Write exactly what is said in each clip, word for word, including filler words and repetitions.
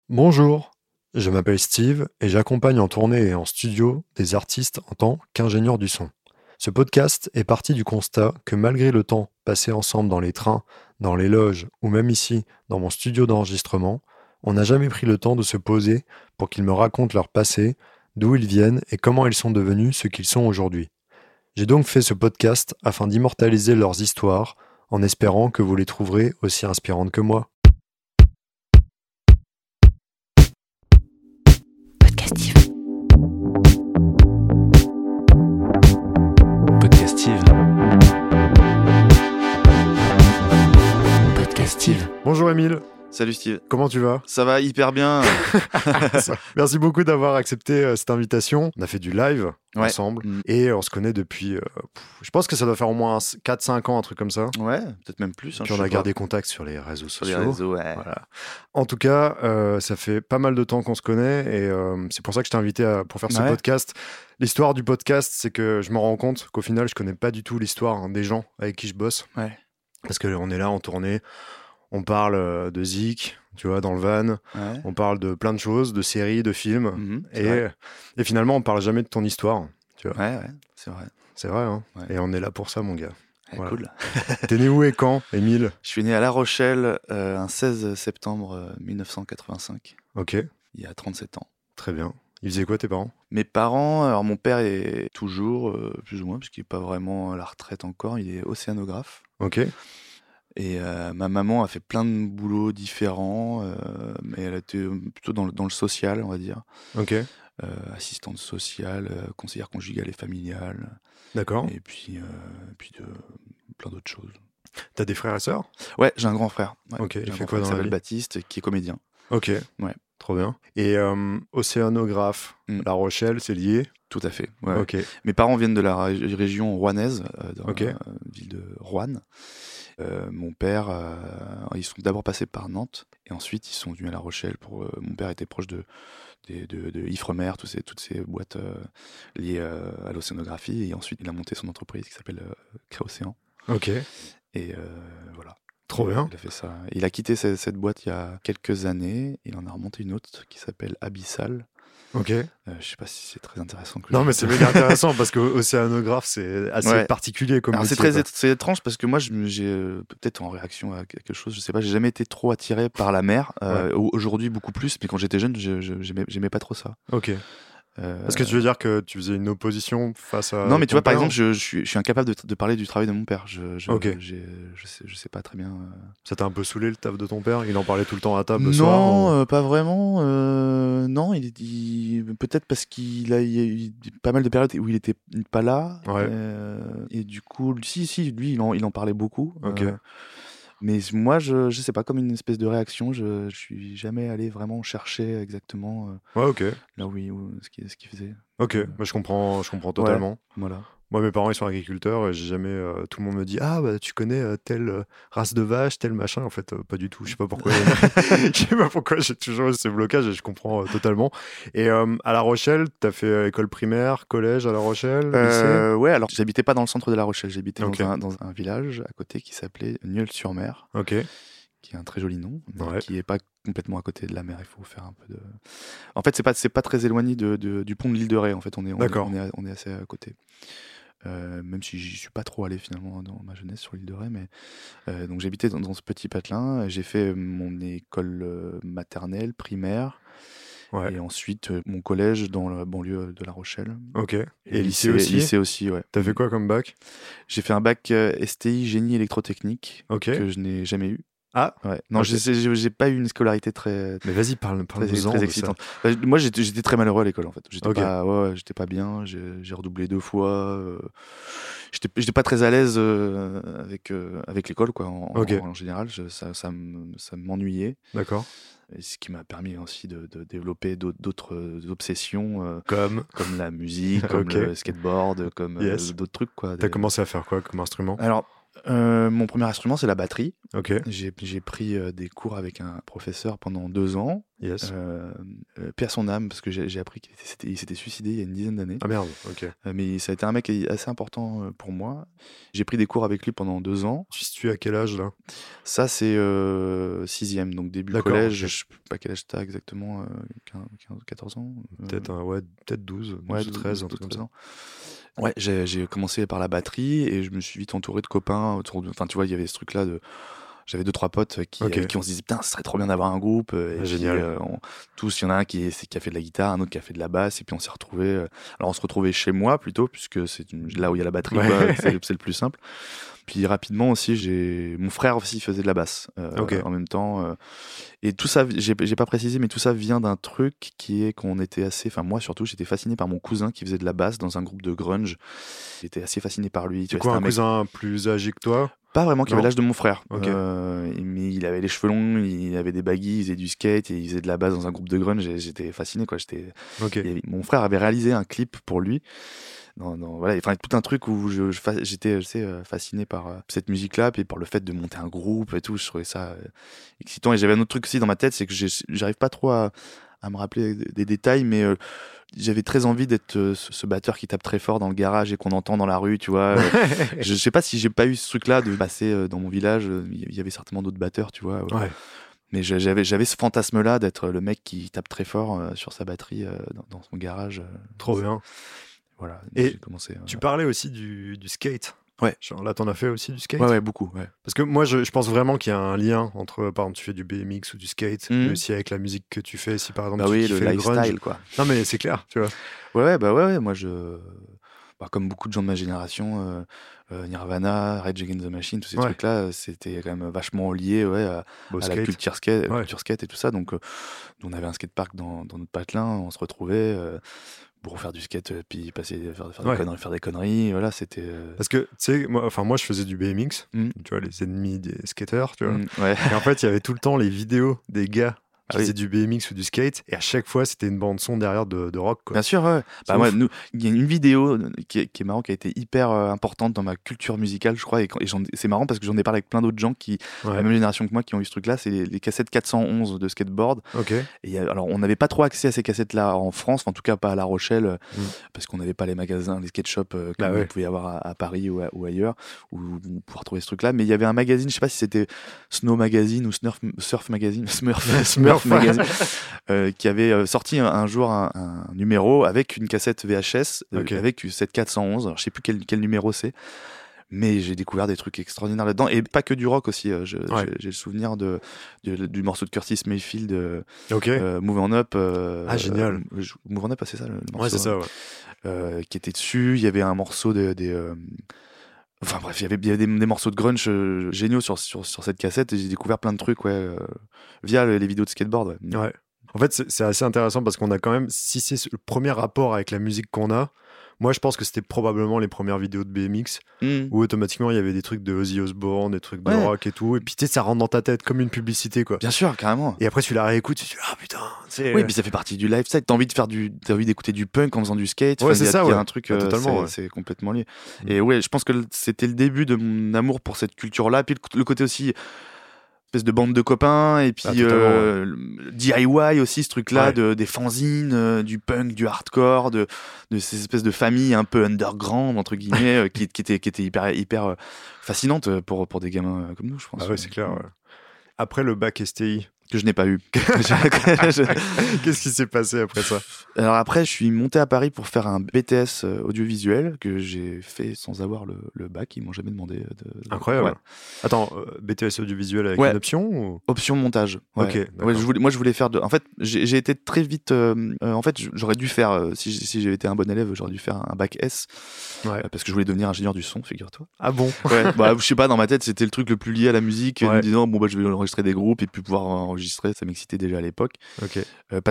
Bonjour, je m'appelle Steve et j'accompagne en tournée et en studio des artistes en tant qu'ingénieur du son. Ce podcast est parti du constat que malgré le temps passé ensemble dans les trains, dans les loges ou même ici dans mon studio d'enregistrement, on n'a jamais pris le temps de se poser pour qu'ils me racontent leur passé, d'où ils viennent et comment ils sont devenus ce qu'ils sont aujourd'hui. J'ai donc fait ce podcast afin d'immortaliser leurs histoires en espérant que vous les trouverez aussi inspirantes que moi. Podcastive. Podcastive. Podcastive. Bonjour Émile, Salut Steve. comment tu vas ? Ça va hyper bien. Merci beaucoup d'avoir accepté euh, cette invitation. On a fait du live Ouais. ensemble Mm. et on se connaît depuis, euh, pff, je pense que ça doit faire au moins quatre cinq ans, un truc comme ça. Ouais, peut-être même plus. hein, Puis je on a sais gardé pas. contact sur les réseaux Sur sociaux. les réseaux, ouais. Voilà. En tout cas, euh, ça fait pas mal de temps qu'on se connaît et euh, c'est pour ça que je t'ai invité à- pour faire ce Ouais. podcast. L'histoire du podcast, c'est que je me rends compte qu'au final, je connais pas du tout l'histoire hein, des gens avec qui je bosse. Ouais. Parce qu'on est là en tournée, on parle euh, de Zik, tu vois, dans le van, Ouais. on parle de plein de choses, de séries, de films. Mhm, c'est Et, vrai. et finalement, on parle jamais de ton histoire. Tu vois. Ouais, ouais, c'est vrai. C'est vrai, hein. Ouais. Et on est là pour ça, mon gars. Ouais, Voilà. Cool. T'es né où et quand, Émile ? Je suis né à La Rochelle euh, un seize septembre euh, mille neuf cent quatre-vingt-cinq, Ok, il y a trente-sept ans. très bien. Ils faisaient quoi, tes parents ? Mes parents, alors mon père est toujours, euh, plus ou moins, parce qu'il n'est pas vraiment à la retraite encore, il est océanographe. Ok, Et euh, ma maman a fait plein de boulots différents, euh, mais elle était plutôt dans le, dans le social, on va dire. ok, Euh, assistante sociale, euh, conseillère conjugale et familiale, d'accord. et puis, euh, puis de, plein d'autres choses. T'as des frères et sœurs ? Ouais, j'ai un grand frère. Ouais, Ok, j'ai il un fait grand quoi frère dans qui la s'appelle vie ? Baptiste, qui est comédien. Ok, Ouais. trop bien. Et euh, océanographe, Mm. La Rochelle, c'est lié ? Tout à fait. Ouais, ouais. Ok, Mes parents viennent de la ré- région rouennaise, euh, dans Ok. la ville de Roanne. Euh, mon père, euh, ils sont d'abord passés par Nantes, et ensuite ils sont venus à La Rochelle. Pour, euh, mon père était proche de, de, de, de Ifremer, tous ces, toutes ces boîtes euh, liées euh, à l'océanographie, et ensuite il a monté son entreprise qui s'appelle euh, Créocéan. ok, Et euh, voilà. trop Il a- bien. Il a fait ça. Il a quitté ce- cette boîte il y a quelques années. Il en a remonté une autre qui s'appelle Abyssal. Ok. Euh, je sais pas si c'est très intéressant. Que Non, je- mais c'est méga intéressant parce que océanographe, c'est assez Ouais. particulier comme Alors c'est métier, très quoi. c'est étrange parce que moi je me- j'ai euh, peut-être en réaction à quelque chose, je sais pas, j'ai jamais été trop attiré par la mer. Euh, au- Aujourd'hui beaucoup plus, mais quand j'étais jeune, je- je- j'aimais j'aimais pas trop ça. Ok. Euh, Est-ce que tu veux dire que tu faisais une opposition face à. Non, mais tu ton vois, par père ? exemple, je, je suis, je suis incapable de, de parler du travail de mon père. Je, je, Ok. j'ai- je, sais, je sais pas très bien. euh, Ça t'a un peu saoulé le taf de ton père ? Il en parlait tout le temps à table le soir Non, ou- euh, pas vraiment. euh, non, il, est- il- peut-être parce qu'il a, il y a eu pas mal de périodes où il était pas là. Ouais. euh, et du coup, si, si, lui, il en, il en parlait beaucoup. Ok. euh, mais moi, je, je sais pas, comme une espèce de réaction, je, je suis jamais allé vraiment chercher exactement euh, Ouais, ok. là où il, où- ce qu'il ce qu'il faisait. Ok, Euh, bah, je comprends, je comprends totalement. Voilà. Moi, mes parents, ils sont agriculteurs et j'ai jamais. euh, tout le monde me dit ah bah tu connais euh, telle euh, race de vache, tel machin. En fait, euh, pas du tout. Je sais pas pourquoi. Je sais pas pourquoi j'ai toujours eu ce blocage et je comprends euh, totalement. Et euh, à La Rochelle, t'as fait euh, école primaire, collège à La Rochelle, lycée. Euh, ouais, alors j'habitais pas dans le centre de La Rochelle, j'habitais Ok. dans, un, dans un village à côté qui s'appelait Nieul-sur-Mer, Ok. qui est un très joli nom, mais Ouais. qui est pas complètement à côté de la mer. Il faut faire un peu de. En fait, c'est pas c'est pas très éloigné de, de- du pont de l'île de Ré. En fait, on est on, est, D'accord. on est on est assez à côté. Euh, même si j'y suis pas trop allé finalement dans ma jeunesse sur l'île de Ré, mais euh, donc j'habitais dans, dans ce petit patelin. J'ai fait mon école euh, maternelle, primaire, Ouais. et ensuite euh, mon collège dans la banlieue de La Rochelle. Ok. Et, lycée aussi. Lycée aussi, ouais. T'as fait quoi comme bac? J'ai fait un bac euh, S T I génie électrotechnique Ok. que je n'ai jamais eu. Ah. Ouais. Non, Ok. j'ai- j'ai j'ai pas eu une scolarité très Mais vas-y, parle, très, parle-nous-en très de excitante. Bah, moi, j'étais j'étais très malheureux à l'école en fait. J'étais Ok. pas, ouais, ouais, j'étais pas bien. J'ai j'ai redoublé deux fois. euh, J'étais j'étais pas très à l'aise euh, avec euh, avec l'école quoi. En, Ok. en général, je- ça ça me- ça m'ennuyait. ça. D'accord. Et ce qui m'a permis aussi de, de développer d'autres d'autres, euh, obsessions euh, Comme. comme la musique, comme Ok. le skateboard, comme euh, Yes. d'autres trucs quoi. T'as Des- commencé à faire quoi comme instrument? Alors, Euh, mon premier instrument, c'est la batterie. Ok. J'ai, j'ai pris euh, des cours avec un professeur pendant deux ans. Yes. Euh, euh, paix à son âme, parce que j'ai, j'ai appris qu'il était, c'était- il s'était suicidé il y a une dizaine d'années. Ah merde, ok. Euh, mais ça a été un mec assez important euh, pour moi. J'ai pris des cours avec lui pendant deux ans. Tu situes à quel âge là? Ça, c'est euh, sixième, donc début D'accord, collège. ok. Je sais pas quel âge t'as exactement, euh, quinze, quatorze ans euh, Peut-être un- ouais, peut-être douze, Ouais, douze, treize, un truc comme treize ça. ans. Ouais, j'ai, j'ai commencé par la batterie et je me suis vite entouré de copains autour de. Enfin, tu vois, il y avait ce truc-là de. J'avais deux trois potes qui, Ok. avec qui on se disait putain, ce serait trop bien d'avoir un groupe. euh, Et Ah, puis, génial. euh, on- tous, il y en a un qui, est- qui a fait de la guitare, un autre qui a fait de la basse, et puis on s'est retrouvés. euh, Alors, on se retrouvait chez moi plutôt, puisque c'est une- là où il y a la batterie, Ouais. quoi, c'est, c'est le plus simple. Puis rapidement aussi, j'ai mon frère aussi faisait de la basse euh, Ok. en même temps. euh, Et tout ça, j'ai, j'ai pas précisé, mais tout ça vient d'un truc qui est qu'on était assez. Enfin, moi surtout, j'étais fasciné par mon cousin qui faisait de la basse dans un groupe de grunge. J'étais assez fasciné par lui. Tu C'est vois, quoi, c'était un mec- cousin plus âgé que toi? Pas vraiment, qui avait Non. l'âge de mon frère. Ok. Euh, mais il avait les cheveux longs, il avait des baggy, il faisait du skate et il faisait de la basse dans un groupe de grunge. Et j'étais fasciné, quoi. J'étais. Ok. Et mon frère avait réalisé un clip pour lui. Dans, dans- voilà, enfin, tout un truc où je, je fa- j'étais je sais, euh, fasciné par euh, cette musique-là, puis par le fait de monter un groupe et tout. Je trouvais ça euh, excitant. Et j'avais un autre truc aussi dans ma tête, c'est que j'ai- j'arrive pas trop à, à me rappeler des, des détails, mais euh, j'avais très envie d'être euh, ce, ce batteur qui tape très fort dans le garage et qu'on entend dans la rue, tu vois. Euh, je sais pas si j'ai pas eu ce truc-là de passer euh, dans mon village. euh, Il y avait certainement d'autres batteurs, tu vois. Ouais. Mais je- j'avais, j'avais ce fantasme-là d'être le mec qui tape très fort euh, sur sa batterie euh, dans, dans son garage. euh, Trop bien. Voilà. Et j'ai commencé. euh, Tu parlais aussi du, du skate. Ouais. Genre, là, t'en as fait aussi du skate? Ouais, ouais, beaucoup. Ouais. Parce que moi, je, je pense vraiment qu'il y a un lien entre, par exemple, tu fais du B M X ou du skate, Mhm. mais aussi avec la musique que tu fais. Si par exemple, Bah tu oui, kiffes le le grunge. lifestyle, quoi. Non, mais c'est clair, tu vois. Ouais, ouais, bah ouais, ouais, moi je. Bah, comme beaucoup de gens de ma génération, euh, euh, Nirvana, Rage Against the Machine, tous ces Ouais. trucs-là, euh, c'était quand même vachement lié ouais, à, Beau à la skate. culture skate, Ouais. culture skate et tout ça. Donc, euh, on avait un skatepark dans, dans notre patelin, on se retrouvait euh, pour faire du skate, euh, puis passer, faire, faire, Ouais. des conneries, faire des conneries. Voilà, c'était. euh, Parce que, tu sais, moi, enfin, moi, je faisais du B M X, Mhm. tu vois, les ennemis des skateurs, tu vois. mm, ouais. Et en fait, il y avait tout le temps les vidéos des gars qui Ah oui. faisaient du B M X ou du skate, et à chaque fois, c'était une bande-son derrière de, de rock, quoi. Bien sûr, ouais. C'est Bah, moi, ouf. nous, il y a une vidéo qui est, qui est marrant, qui a été hyper euh, importante dans ma culture musicale, je crois. Et, quand- et j'en- c'est marrant parce que j'en ai parlé avec plein d'autres gens qui, Ouais. la même génération que moi, qui ont eu ce truc-là. C'est les, les cassettes quatre cent onze de skateboard. Ok. Et il y a- alors, on n'avait pas trop accès à ces cassettes-là en France, en tout cas pas à La Rochelle, euh, Mm. parce qu'on n'avait pas les magasins, les skate shops euh, comme Bah ouais. vous pouvez y avoir à, à Paris ou, à- ou ailleurs, où vous pouvez retrouver ce truc-là. Mais il y avait un magazine, je sais pas si c'était Snow Magazine ou Smurf, Surf Magazine, Smurf, Smurf Magazine, euh, qui avait euh, sorti un, un jour un, un numéro avec une cassette V H S, euh, Ok. avec cette quatre cent onze. Alors, je sais plus quel, quel numéro c'est. Mais j'ai découvert des trucs extraordinaires là-dedans, et pas que du rock aussi. euh, je- Ouais. j'ai, j'ai le souvenir de, de- du morceau de Curtis Mayfield, euh, Ok. euh, Move On Up. euh, Ah, génial. euh, je- Move On Up, ah, c'est ça le, le morceau. Ouais, c'est ça, hein, ouais. euh, qui était dessus. Il y avait un morceau de, des. euh, Enfin bref, il y avait, il y avait des, des morceaux de grunge euh, géniaux sur, sur, sur cette cassette, et j'ai découvert plein de trucs ouais, euh, via le- les vidéos de skateboard. Ouais. Ouais. En fait, c'est c'est assez intéressant parce qu'on a quand même, si c'est le premier rapport avec la musique qu'on a, moi je pense que c'était probablement les premières vidéos de B M X Mm. où automatiquement il y avait des trucs de Ozzy Osbourne, des trucs de Ouais. rock et tout, et puis tu sais, ça rentre dans ta tête comme une publicité, quoi. Bien sûr, carrément. Et après tu la réécoutes, tu te dis ah putain, c'est. Oui, puis ça fait partie du lifestyle. T'as envie de faire du, t'as envie d'écouter du punk en faisant du skate. Ouais, Enfin, c'est il y a- ça, il y a ouais. un truc, Ah, euh, totalement, c'est, ouais. c'est complètement lié. Mm. Et ouais, je pense que le- c'était le début de mon amour pour cette culture-là. Puis le, le côté aussi, espèce de bande de copains, et puis Ah, totalement, euh, le D I Y aussi, ce truc-là, Ouais. de, des fanzines, euh, du punk, du hardcore, de, de ces espèces de familles un peu underground, entre guillemets, euh, qui, qui étaient, qui étaient hyper, hyper euh, fascinantes pour, pour des gamins euh, comme nous, je pense. Ah ouais, c'est clair, ouais. Après le bac S T I, Que je n'ai pas eu. Je- qu'est-ce qui s'est passé après ça? Alors après, je suis monté à Paris pour faire un B T S euh, audiovisuel que j'ai fait sans avoir le, le bac. Ils m'ont jamais demandé de. de- Incroyable. Ouais. Attends, euh, B T S audiovisuel avec Ouais. une option ou... Option montage. Ouais. Ok, d'accord. Ouais, je voulais, moi, je voulais faire de. En fait, j'ai j'ai été très vite. euh, euh, en fait, j'aurais dû faire. euh, si j'- si j'avais été un bon élève, j'aurais dû faire un bac S. Ouais. euh, parce que je voulais devenir ingénieur du son, figure-toi. Ah bon? Ouais. Bah, je sais pas, dans ma tête, c'était le truc le plus lié à la musique. Ouais. Me disant, bon, bah, je vais enregistrer des groupes et puis pouvoir enregistrer. Ça m'excitait déjà à l'époque. Ok. Euh, parce que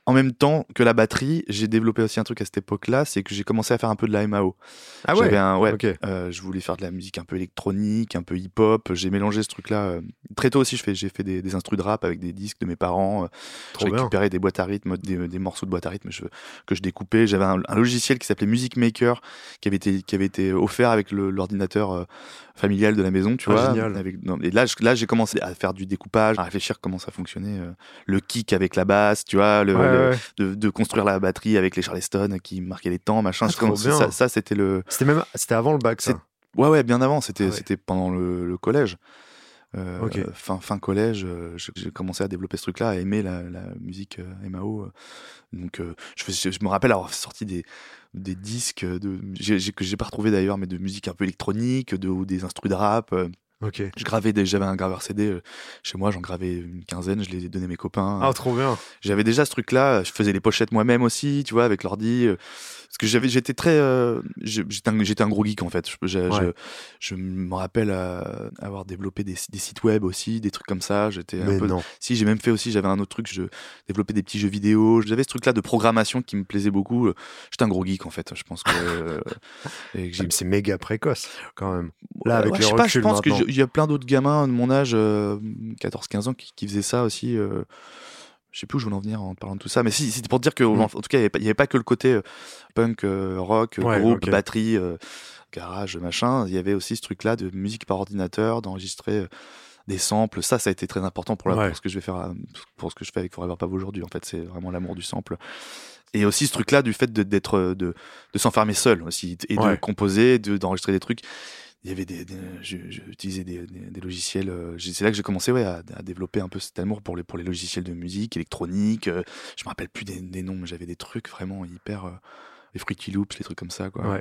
en même temps que la batterie, j'ai développé aussi un truc à cette époque-là, c'est que j'ai commencé à faire un peu de la M A O. Ah ouais, un, ouais okay. euh, je voulais faire de la musique un peu électronique, un peu hip-hop. J'ai mélangé ce truc-là. Euh, très tôt aussi, je fais, j'ai fait des, des instrus de rap avec des disques de mes parents. Euh, je récupérais des boîtes à rythme, des, des morceaux de boîtes à rythme je, que je découpais. J'avais un, un logiciel qui s'appelait Music Maker, qui avait été, qui avait été offert avec le, l'ordinateur euh, familial de la maison, tu ah, vois. Génial. Avec, non, et là, je, là, j'ai commencé à faire du découpage, à réfléchir comment ça fonctionnait, euh, le kick avec la basse, tu vois, le, ouais, le, ouais. De, de construire la batterie avec les Charleston qui marquaient les temps, machin. Ah, trop bien. Ça, ça, c'était le. C'était même, c'était avant le bac, ça. C'est... Ouais, ouais, bien avant. C'était, ah ouais. c'était pendant le, le collège. Euh, okay. fin, fin collège, euh, j'ai commencé à développer ce truc-là, à aimer la, la musique euh, M A O. Euh. Donc, euh, je, fais, je me rappelle avoir sorti des, des disques de, j'ai, j'ai, que j'ai pas retrouvé d'ailleurs, mais de musique un peu électronique, de, ou des instrus de rap. Euh. Okay. Je gravais des, j'avais un graveur C D euh, chez moi, j'en gravais une quinzaine, je les ai donné à mes copains. Ah, trop bien. J'avais déjà ce truc-là, je faisais les pochettes moi-même aussi, tu vois, avec l'ordi. Euh, parce que j'avais, j'étais très, euh, j'étais, un, j'étais un gros geek en fait. Je, ouais. je, je me rappelle euh, avoir développé des, des sites web aussi, des trucs comme ça. J'étais Mais un peu. Non. Si j'ai même fait aussi, j'avais un autre truc, je développais des petits jeux vidéo. J'avais ce truc-là de programmation qui me plaisait beaucoup. J'étais un gros geek en fait. Je pense que. euh, et que j'ai... C'est méga précoce quand même. Là, avec ouais, le je sais recul pas, je pense maintenant. qu'il y a plein d'autres gamins de mon âge, euh, quatorze quinze ans, qui, qui faisaient ça aussi. Euh, je sais plus où je voulais en venir en parlant de tout ça, mais si, c'était pour dire que, mmh. en tout cas, il n'y avait, avait pas que le côté euh, punk, euh, rock, ouais, groupe, okay. batterie, euh, garage, machin. Il y avait aussi ce truc-là de musique par ordinateur, d'enregistrer euh, des samples. Ça, ça a été très important pour, la, ouais. pour ce que je vais faire, pour ce que je fais avec Forever Pave aujourd'hui. En fait, c'est vraiment l'amour du sample. Et aussi ce truc-là du fait de, d'être, de, de s'enfermer seul aussi, et ouais. de composer, de, d'enregistrer des trucs. Il y avait des, des j'utilisais des, des, des logiciels. Euh, c'est là que j'ai commencé ouais, à, à développer un peu cet amour pour les, pour les logiciels de musique électronique. Euh, je me rappelle plus des, des noms, mais j'avais des trucs vraiment hyper. Euh, les Fruity Loops, les trucs comme ça. Quoi. Ouais.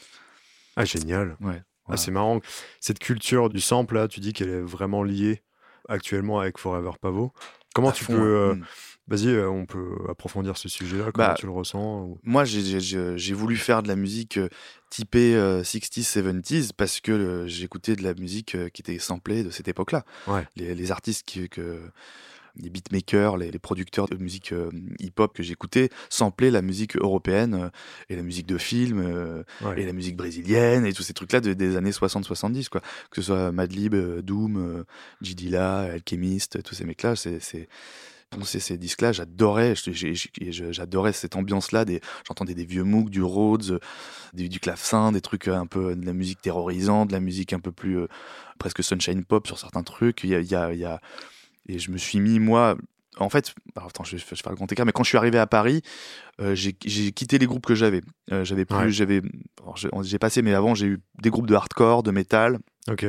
Ah, génial. Ouais. Voilà. Ah, c'est marrant. Cette culture du sample, là, tu dis qu'elle est vraiment liée actuellement avec Forever Pavo. Comment à tu fond, peux. Euh, mmh. Vas-y, euh, on peut approfondir ce sujet-là, comment bah, tu le ressens ou... Moi, j'ai, j'ai, j'ai voulu faire de la musique euh, typée euh, sixties, seventies parce que euh, j'écoutais de la musique euh, qui était samplée de cette époque-là. Ouais. Les, les artistes, qui, que, les beatmakers, les, les producteurs de musique euh, hip-hop que j'écoutais samplaient la musique européenne euh, et la musique de film euh, ouais. et la musique brésilienne et tous ces trucs-là de, des années soixante soixante-dix, quoi. Que ce soit Madlib, euh, Doom, euh, J Dilla, Alchemist, tous ces mecs-là, c'est... c'est Ces, ces disques-là, j'adorais, j'ai, j'ai, j'adorais cette ambiance-là. Des, j'entendais des vieux Moog, du Rhodes, du, du clavecin, des trucs un peu de la musique terrorisante, de la musique un peu plus euh, presque sunshine pop sur certains trucs. Il y a, il y a, il y a... Et je me suis mis moi. En fait, alors, attends, je vais, je vais faire le grand écart, mais quand je suis arrivé à Paris, euh, j'ai, j'ai quitté les groupes que j'avais. Euh, j'avais plus, ouais. j'avais, alors, j'ai, j'ai passé, mais avant j'ai eu des groupes de hardcore, de métal. Ok.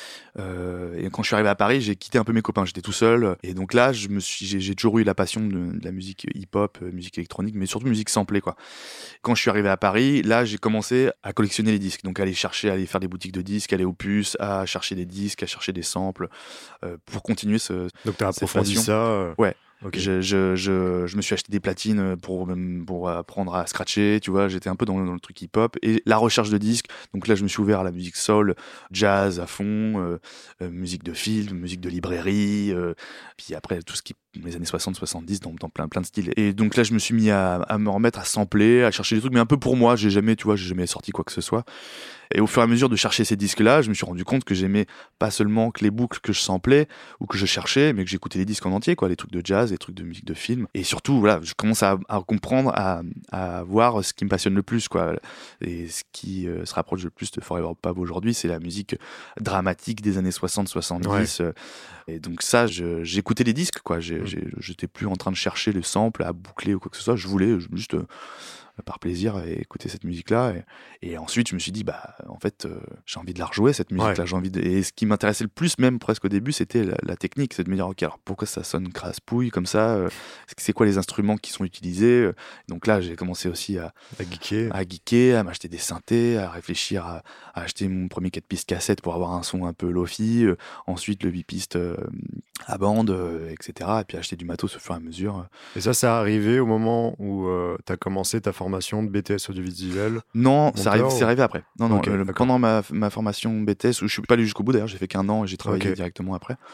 Euh, et quand je suis arrivé à Paris, j'ai quitté un peu mes copains, j'étais tout seul. Et donc là, je me suis, j'ai, j'ai toujours eu la passion de, de la musique hip-hop, euh, musique électronique, mais surtout musique samplée, quoi. Quand je suis arrivé à Paris, là, j'ai commencé à collectionner les disques. Donc aller chercher, aller faire des boutiques de disques, aller au puces, à chercher des disques, à chercher des samples, euh, pour continuer ce. Donc t'as approfondi ça. Euh... Ouais. Okay. Je, je, je, je me suis acheté des platines pour, pour apprendre à scratcher, tu vois, j'étais un peu dans, dans le truc hip-hop. Et la recherche de disques, donc là je me suis ouvert à la musique soul, jazz à fond, euh, euh, musique de film, musique de librairie, euh, puis après tout ce qui les années soixante soixante-dix dans, dans plein, plein de styles. Et donc là je me suis mis à, à me remettre à sampler, à chercher des trucs, mais un peu pour moi, j'ai jamais, tu vois, j'ai jamais sorti quoi que ce soit. Et au fur et à mesure de chercher ces disques-là, je me suis rendu compte que j'aimais pas seulement que les boucles que je samplais ou que je cherchais, mais que j'écoutais les disques en entier, quoi, les trucs de jazz, les trucs de musique de film. Et surtout, voilà, je commence à, à comprendre, à, à voir ce qui me passionne le plus, quoi. Et ce qui euh, se rapproche le plus de Forever Pave aujourd'hui, c'est la musique dramatique des années soixante soixante-dix. Ouais. Et donc ça, je, j'écoutais les disques, quoi. J'ai, mmh. j'ai, j'étais plus en train de chercher le sample, à boucler ou quoi que ce soit. Je voulais juste... Euh, par plaisir et écouter cette musique-là. Et, et ensuite, je me suis dit, bah, en fait, euh, j'ai envie de la rejouer, cette musique-là. Ouais. J'ai envie de... Et ce qui m'intéressait le plus, même presque au début, c'était la, la technique. C'est de me dire, OK, alors pourquoi ça sonne crasse-pouille comme ça euh, c'est quoi les instruments qui sont utilisés? Donc là, j'ai commencé aussi à, à geeker, à, geeker, à m'acheter des synthés, à réfléchir à, à acheter mon premier quatre pistes cassette pour avoir un son un peu lofi. Euh, ensuite, le huit pistes euh, à bande, euh, et cetera. Et puis acheter du matos au fur et à mesure. Et ça, c'est arrivé au moment où euh, tu as commencé ta formation de B T S audiovisuel? Non, c'est arrivé, c'est arrivé après. Non, non, okay, euh, pendant ma, ma formation B T S, où je suis pas allé jusqu'au bout d'ailleurs, j'ai fait qu'un an et j'ai travaillé okay. directement après.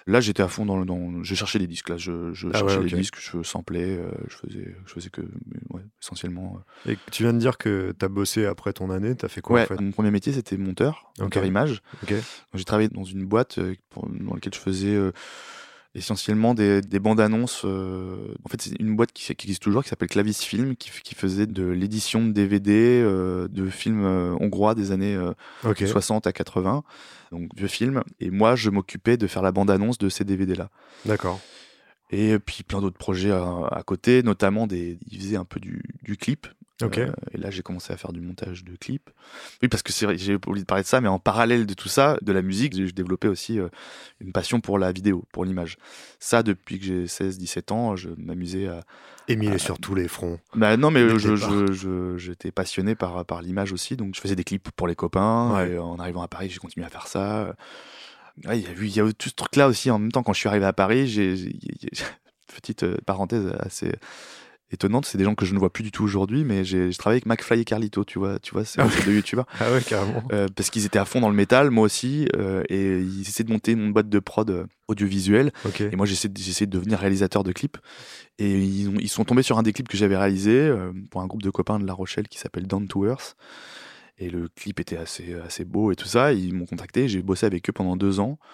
Là, j'étais à fond dans, le- dans je cherchais des disques. Là, je, je Ah cherchais ouais, des ok. disques, je samplais, euh, je faisais, je faisais que, ouais, essentiellement. euh. Et tu viens de dire que t'as bossé après ton année, t'as fait quoi en Ouais, fait? mon premier métier, c'était monteur, Ok, monteur image. ok, Donc, j'ai travaillé dans une boîte euh, pour- dans laquelle je faisais euh, essentiellement des, des bandes annonces. euh, En fait, c'est une boîte qui, qui existe toujours, qui s'appelle Clavis Film, qui, f- qui faisait de l'édition de D V D euh, de films euh, hongrois des années euh, ok, soixante à quatre-vingts, donc vieux films. Et moi, je m'occupais de faire la bande annonce de ces D V D-là. d'accord. Et puis plein d'autres projets à, à côté, notamment des, il faisait un peu du, du clip. Ok. Euh, et là, j'ai commencé à faire du montage de clips. Oui, parce que c'est vrai, j'ai oublié de parler de ça, mais en parallèle de tout ça, de la musique, j'ai j'ai développé aussi euh, une passion pour la vidéo, pour l'image. Ça, depuis que j'ai seize dix-sept ans, je m'amusais à, Émile est à- sur tous les fronts, Bah non, dès mais le je, départ. je, je- j'étais passionné par, par l'image aussi, donc je faisais des clips pour les copains, Ouais. et en arrivant à Paris, j'ai continué à faire ça. Ouais, il y a eu, il y a eu tout ce truc-là aussi. En même temps, quand je suis arrivé à Paris, j'ai, j'ai- j'ai- petite euh, parenthèse assez étonnante, c'est des gens que je ne vois plus du tout aujourd'hui, mais j'ai, j'ai travaillé avec McFly et Carlito, tu vois, tu vois, c'est Ah ces deux youtubeurs, Ah ouais, carrément. euh, parce qu'ils étaient à fond dans le métal, moi aussi, euh, et ils essaient de monter une boîte de prod euh, audiovisuelle, Ok. et moi j'essaie de, j'essaie de devenir réalisateur de clips, et ils, ont- ils sont tombés sur un des clips que j'avais réalisé euh, pour un groupe de copains de La Rochelle qui s'appelle Down to Earth, et le clip était assez, assez beau et tout ça, et ils m'ont contacté, j'ai bossé avec eux pendant deux ans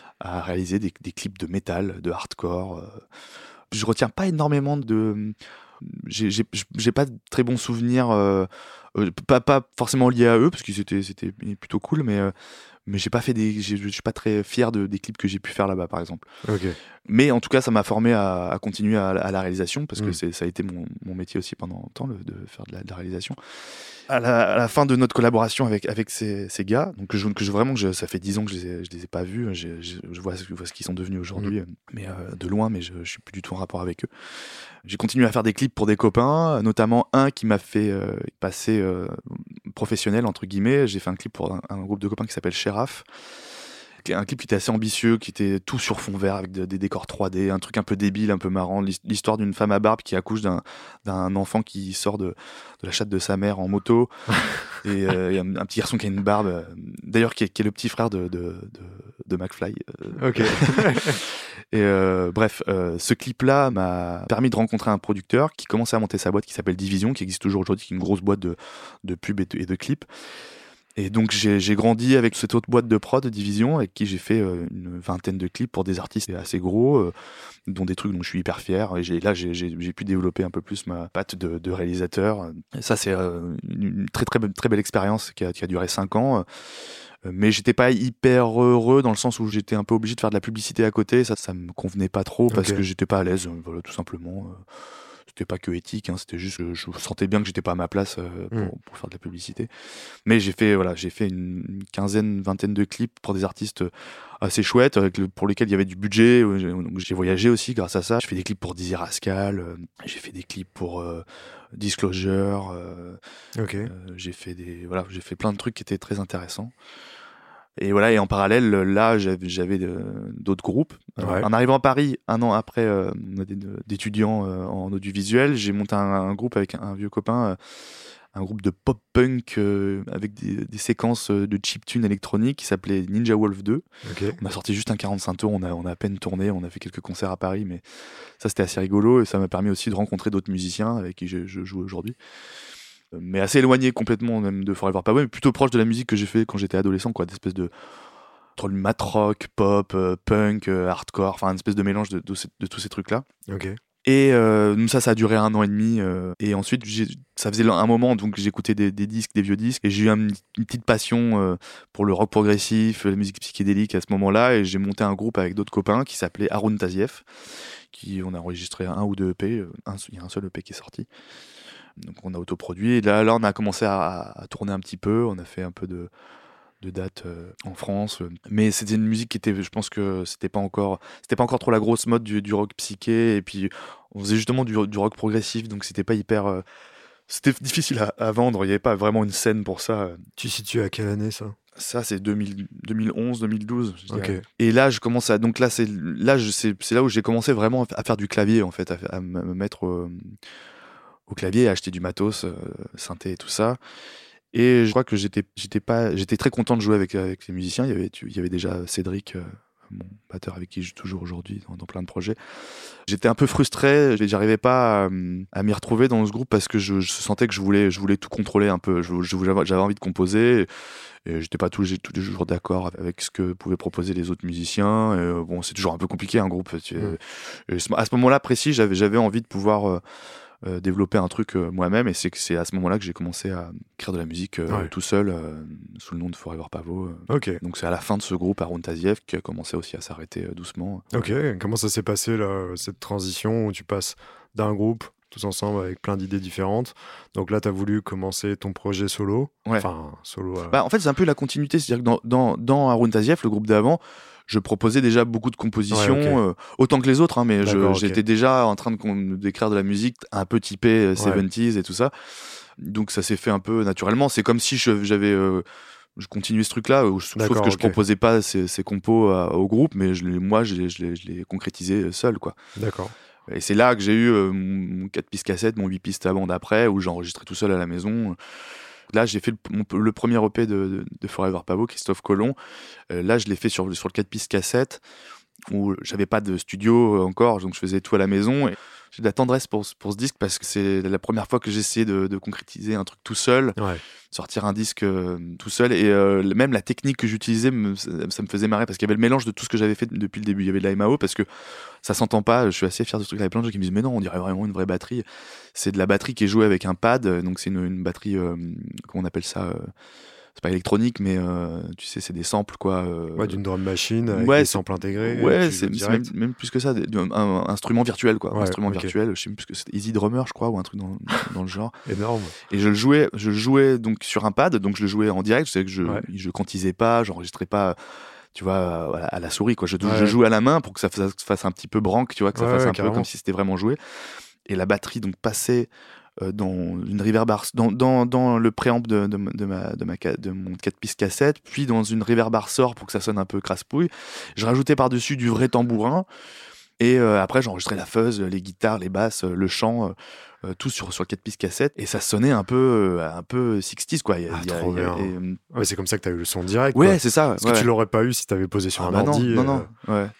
à réaliser des, des clips de métal, de hardcore. euh. Je retiens pas énormément de. J'ai j'ai- j'ai pas de très bons souvenirs, euh, euh, pas, pas forcément liés à eux, parce que c'était c'était plutôt cool, mais, euh, mais j'ai pas fait des. j'ai- Je suis pas très fier de, des clips que j'ai pu faire là-bas, par exemple. Ok. Mais en tout cas, ça m'a formé à, à continuer à, à la réalisation, parce que Mm. c'est, ça a été mon, mon métier aussi pendant longtemps, le- de faire de la, de la réalisation. À la, à la fin de notre collaboration avec, avec ces, ces gars, donc que je, que je- vraiment, que je- ça fait dix ans que je les ai, je les ai pas vus, j'ai- j'ai- je vois, ce- je vois ce qu'ils sont devenus aujourd'hui, mais euh, de loin, mais je, je suis plus du tout en rapport avec eux. J'ai continué à faire des clips pour des copains, notamment un qui m'a fait euh, passer euh, professionnel, entre guillemets. J'ai fait un clip pour un, un groupe de copains qui s'appelle Sheriff. Un clip qui était assez ambitieux, qui était tout sur fond vert avec de- des décors trois D, un truc un peu débile, un peu marrant. L'his- L'histoire d'une femme à barbe qui accouche d'un d'un enfant qui sort de, de la chatte de sa mère en moto. Et euh, il y a un, un petit garçon qui a une barbe, euh, d'ailleurs qui est, qui est le petit frère de, de, de, de McFly. euh. Ok. Et euh, bref, euh, ce clip-là m'a permis de rencontrer un producteur qui commençait à monter sa boîte qui s'appelle Division, qui existe toujours aujourd'hui, qui est une grosse boîte de, de pubs et de, et de clips. Et donc j'ai j'ai grandi avec cette autre boîte de prod, Division, avec qui j'ai fait euh, une vingtaine de clips pour des artistes assez gros, euh, dont des trucs dont je suis hyper fier. Et j'ai, là, j'ai j'ai- j'ai pu développer un peu plus ma patte de, de réalisateur. Et ça, c'est euh, une, une très, très, be- très belle expérience qui a, qui a duré cinq ans. Euh, Mais j'étais pas hyper heureux dans le sens où j'étais un peu obligé de faire de la publicité à côté. Ça, ça me convenait pas trop parce Ok. que j'étais pas à l'aise, euh, voilà, tout simplement. Euh, C'était pas que éthique, hein, c'était juste que je sentais bien que j'étais pas à ma place euh, pour, Mm. pour faire de la publicité. Mais j'ai fait, voilà, j'ai fait une, une quinzaine, vingtaine de clips pour des artistes assez chouettes, avec le- pour lesquels il y avait du budget. euh, j'ai- Donc j'ai voyagé aussi grâce à ça. J'ai fait des clips pour Dizzy Rascal, euh, j'ai fait des clips pour euh, Disclosure, euh, Ok. euh, j'ai fait des, voilà, j'ai fait plein de trucs qui étaient très intéressants. Et voilà, et en parallèle, là, j'avais, j'avais de- d'autres groupes. Euh, Ouais. En arrivant à Paris, un an après euh, mon année de- d'étudiant euh, en audiovisuel, j'ai monté un, un groupe avec un, un vieux copain, euh, un groupe de pop-punk euh, avec des, des séquences euh, de chiptune électronique qui s'appelait Ninja Wolf deux. Ok. On a sorti juste un quarante-cinq tours, on a, on a à peine tourné, on a fait quelques concerts à Paris, mais ça c'était assez rigolo et ça m'a permis aussi de rencontrer d'autres musiciens avec qui je, je joue aujourd'hui. Euh, Mais assez éloigné complètement même de Forever Pavement, mais plutôt proche de la musique que j'ai fait quand j'étais adolescent, quoi, d'espèce de entre le mat rock, pop, euh, punk, euh, hardcore, enfin une espèce de mélange de, de, ces- de tous ces trucs-là. Ok. Et euh, ça, ça a duré un an et demi. euh, et ensuite, j'ai- ça faisait un moment, donc j'écoutais des, des disques, des vieux disques, et j'ai eu un- une petite passion euh, pour le rock progressif, la musique psychédélique à ce moment-là, et j'ai monté un groupe avec d'autres copains qui s'appelait Haroun Tazieff, qui on a enregistré un ou deux E P, euh, un- il y a un seul E P qui est sorti. Donc on a autoproduit, et là, là on a commencé à, à tourner un petit peu, on a fait un peu de de dates euh, en France, euh. mais c'était une musique qui était, je pense que c'était pas encore c'était pas encore trop la grosse mode du, du rock psyché, et puis on faisait justement du, du rock progressif, donc c'était pas hyper euh, c'était difficile à, à vendre, il y avait pas vraiment une scène pour ça. Tu situes à quelle année ça? Ça c'est deux mille, deux mille onze deux mille douze, je Ok. dirais. Et là je commence à, donc là c'est là je c'est c'est là où j'ai commencé vraiment à faire du clavier, en fait, à, à me me mettre au, au clavier, à acheter du matos, euh, synthé et tout ça. Et je crois que j'étais j'étais pas j'étais très content de jouer avec avec les musiciens. Il y avait tu- il y avait déjà Cédric, euh, mon batteur avec qui je joue toujours aujourd'hui dans, dans plein de projets. J'étais un peu frustré, j'arrivais pas à, à m'y retrouver dans ce groupe parce que je, je sentais que je voulais, je voulais tout contrôler un peu. Je, je, j'avais envie de composer. Et j'étais pas tous les, tous les jours d'accord avec ce que pouvaient proposer les autres musiciens. Et, euh, bon, c'est toujours un peu compliqué un groupe. Tu, mmh. et, à ce moment-là précis, j'avais, j'avais envie de pouvoir euh, euh, développer un truc euh, moi-même. Et c'est, c'est à ce moment-là que j'ai commencé à écrire de la musique euh, ouais. tout seul, euh, sous le nom de Forever Pavot. Euh. Okay. Donc c'est à la fin de ce groupe, Haroun Taziev, qui a commencé aussi à s'arrêter euh, doucement. Ok, comment ça s'est passé là, cette transition où tu passes d'un groupe tous ensemble avec plein d'idées différentes. Donc là, tu as voulu commencer ton projet solo. Ouais. Enfin, solo. Euh... Bah, en fait, c'est un peu la continuité. C'est-à-dire que dans, dans, dans Haroun Taziev, le groupe d'avant, je proposais déjà beaucoup de compositions, ouais, okay. euh, autant que les autres, hein, mais je, j'étais okay. déjà en train de, d'écrire de la musique un peu typée soixante-dix ouais. et tout ça. Donc ça s'est fait un peu naturellement. C'est comme si je, j'avais... Euh, je continuais ce truc-là, sauf que okay. je proposais pas ces, ces compos à, au groupe, mais je les, moi, je les, je, les, je les concrétisais seul, quoi. D'accord. Et c'est là que j'ai eu euh, mon quatre pistes cassette, mon huit pistes avant d'après, où j'enregistrais tout seul à la maison. Là, j'ai fait le, mon, le premier E P de, de, de Forever Pavot, Christophe Colomb. Euh, là, je l'ai fait sur, sur le quatre pistes cassette, où j'avais pas de studio encore, donc je faisais tout à la maison. Et j'ai de la tendresse pour, pour ce disque parce que c'est la première fois que j'essayais de, de concrétiser un truc tout seul, ouais. sortir un disque euh, tout seul. Et euh, même la technique que j'utilisais, me, ça, ça me faisait marrer parce qu'il y avait le mélange de tout ce que j'avais fait depuis le début. Il y avait de la M A O parce que ça s'entend pas. Je suis assez fier de ce truc. Il y avait plein de gens qui me disent mais non, on dirait vraiment une vraie batterie. C'est de la batterie qui est jouée avec un pad. Donc c'est une, une batterie, euh, comment on appelle ça euh, c'est pas électronique, mais euh, tu sais, c'est des samples, quoi. Euh... Ouais, d'une drum machine avec ouais, des samples intégrés. Ouais, c'est, c'est même, même plus que ça, un, un instrument virtuel, quoi. Ouais, un instrument okay. virtuel, je sais même plus que c'est Easy Drummer, je crois, ou un truc dans, dans le genre. Énorme. Et je le jouais, je le jouais donc sur un pad, donc je le jouais en direct. Je sais que je, ouais. je quantisais pas, j'enregistrais pas. Tu vois, à la souris, quoi. Je, ouais. je jouais à la main pour que ça fasse, fasse un petit peu branque, tu vois, que ça ouais, fasse ouais, un carrément. peu comme si c'était vraiment joué. Et la batterie donc passait dans une reverb dans, dans, dans le préamp de, de, de, ma, de, ma, de mon quatre pistes cassette, puis dans une reverb sort pour que ça sonne un peu crasse-pouille. Je rajoutais par-dessus du vrai tambourin, et euh, après j'enregistrais la fuzz, les guitares, les basses, le chant, euh, tout sur, sur le quatre pistes cassette, et ça sonnait un peu, un peu soixante-dix, quoi. Il y a, ah, il y a, trop il y a, bien. Et, euh... ouais, c'est comme ça que tu as eu le son direct. Ouais, quoi. c'est ça. Parce ouais. que tu l'aurais pas eu si tu avais posé sur ah, un bah ordi. Non, non, euh... non. Ouais.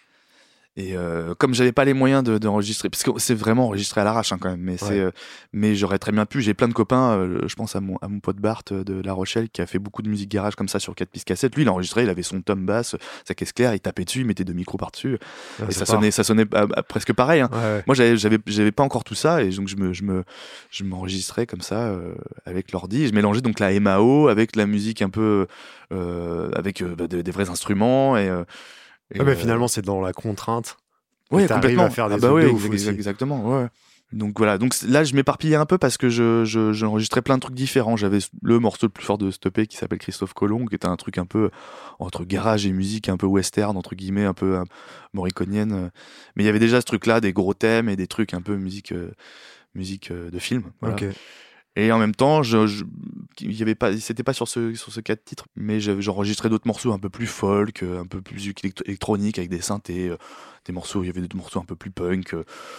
Et euh, comme j'avais pas les moyens de, d'enregistrer, parce que c'est vraiment enregistré à l'arrache hein, quand même, mais ouais. c'est, euh, mais j'aurais très bien pu. J'ai plein de copains, euh, je pense à mon à mon pote Bart de La Rochelle qui a fait beaucoup de musique garage comme ça sur quatre pistes cassette. Lui, il a enregistré, il avait son tom basse, sa caisse claire, il tapait dessus, il mettait deux micros par dessus, ouais, et ça part. sonnait, ça sonnait à, à, presque pareil. Hein. Ouais, ouais. Moi, j'avais j'avais j'avais pas encore tout ça, et donc je me je me je m'enregistrais comme ça euh, avec l'ordi. Et je mélangeais donc la M A O avec la musique un peu euh, avec euh, des, des vrais instruments et. Euh, et ah bah, euh... finalement, c'est dans la contrainte. Oui, complètement. À faire des ah bah ouais, ex- exactement. Ouais. Donc voilà. Donc là, je m'éparpillais un peu parce que je, je, j'enregistrais plein de trucs différents. J'avais le morceau le plus fort de Stoppé qui s'appelle Christophe Colomb, qui était un truc un peu entre garage et musique, un peu western entre guillemets, un peu euh, morriconienne. Mais il y avait déjà ce truc-là, des gros thèmes et des trucs un peu musique, euh, musique euh, de film. Voilà. Okay. Et en même temps, je, je, y avait pas, c'était pas sur ce, sur ce quatre titres, mais j'enregistrais d'autres morceaux un peu plus folk, un peu plus électronique avec des synthés, des morceaux, il y avait des morceaux un peu plus punk.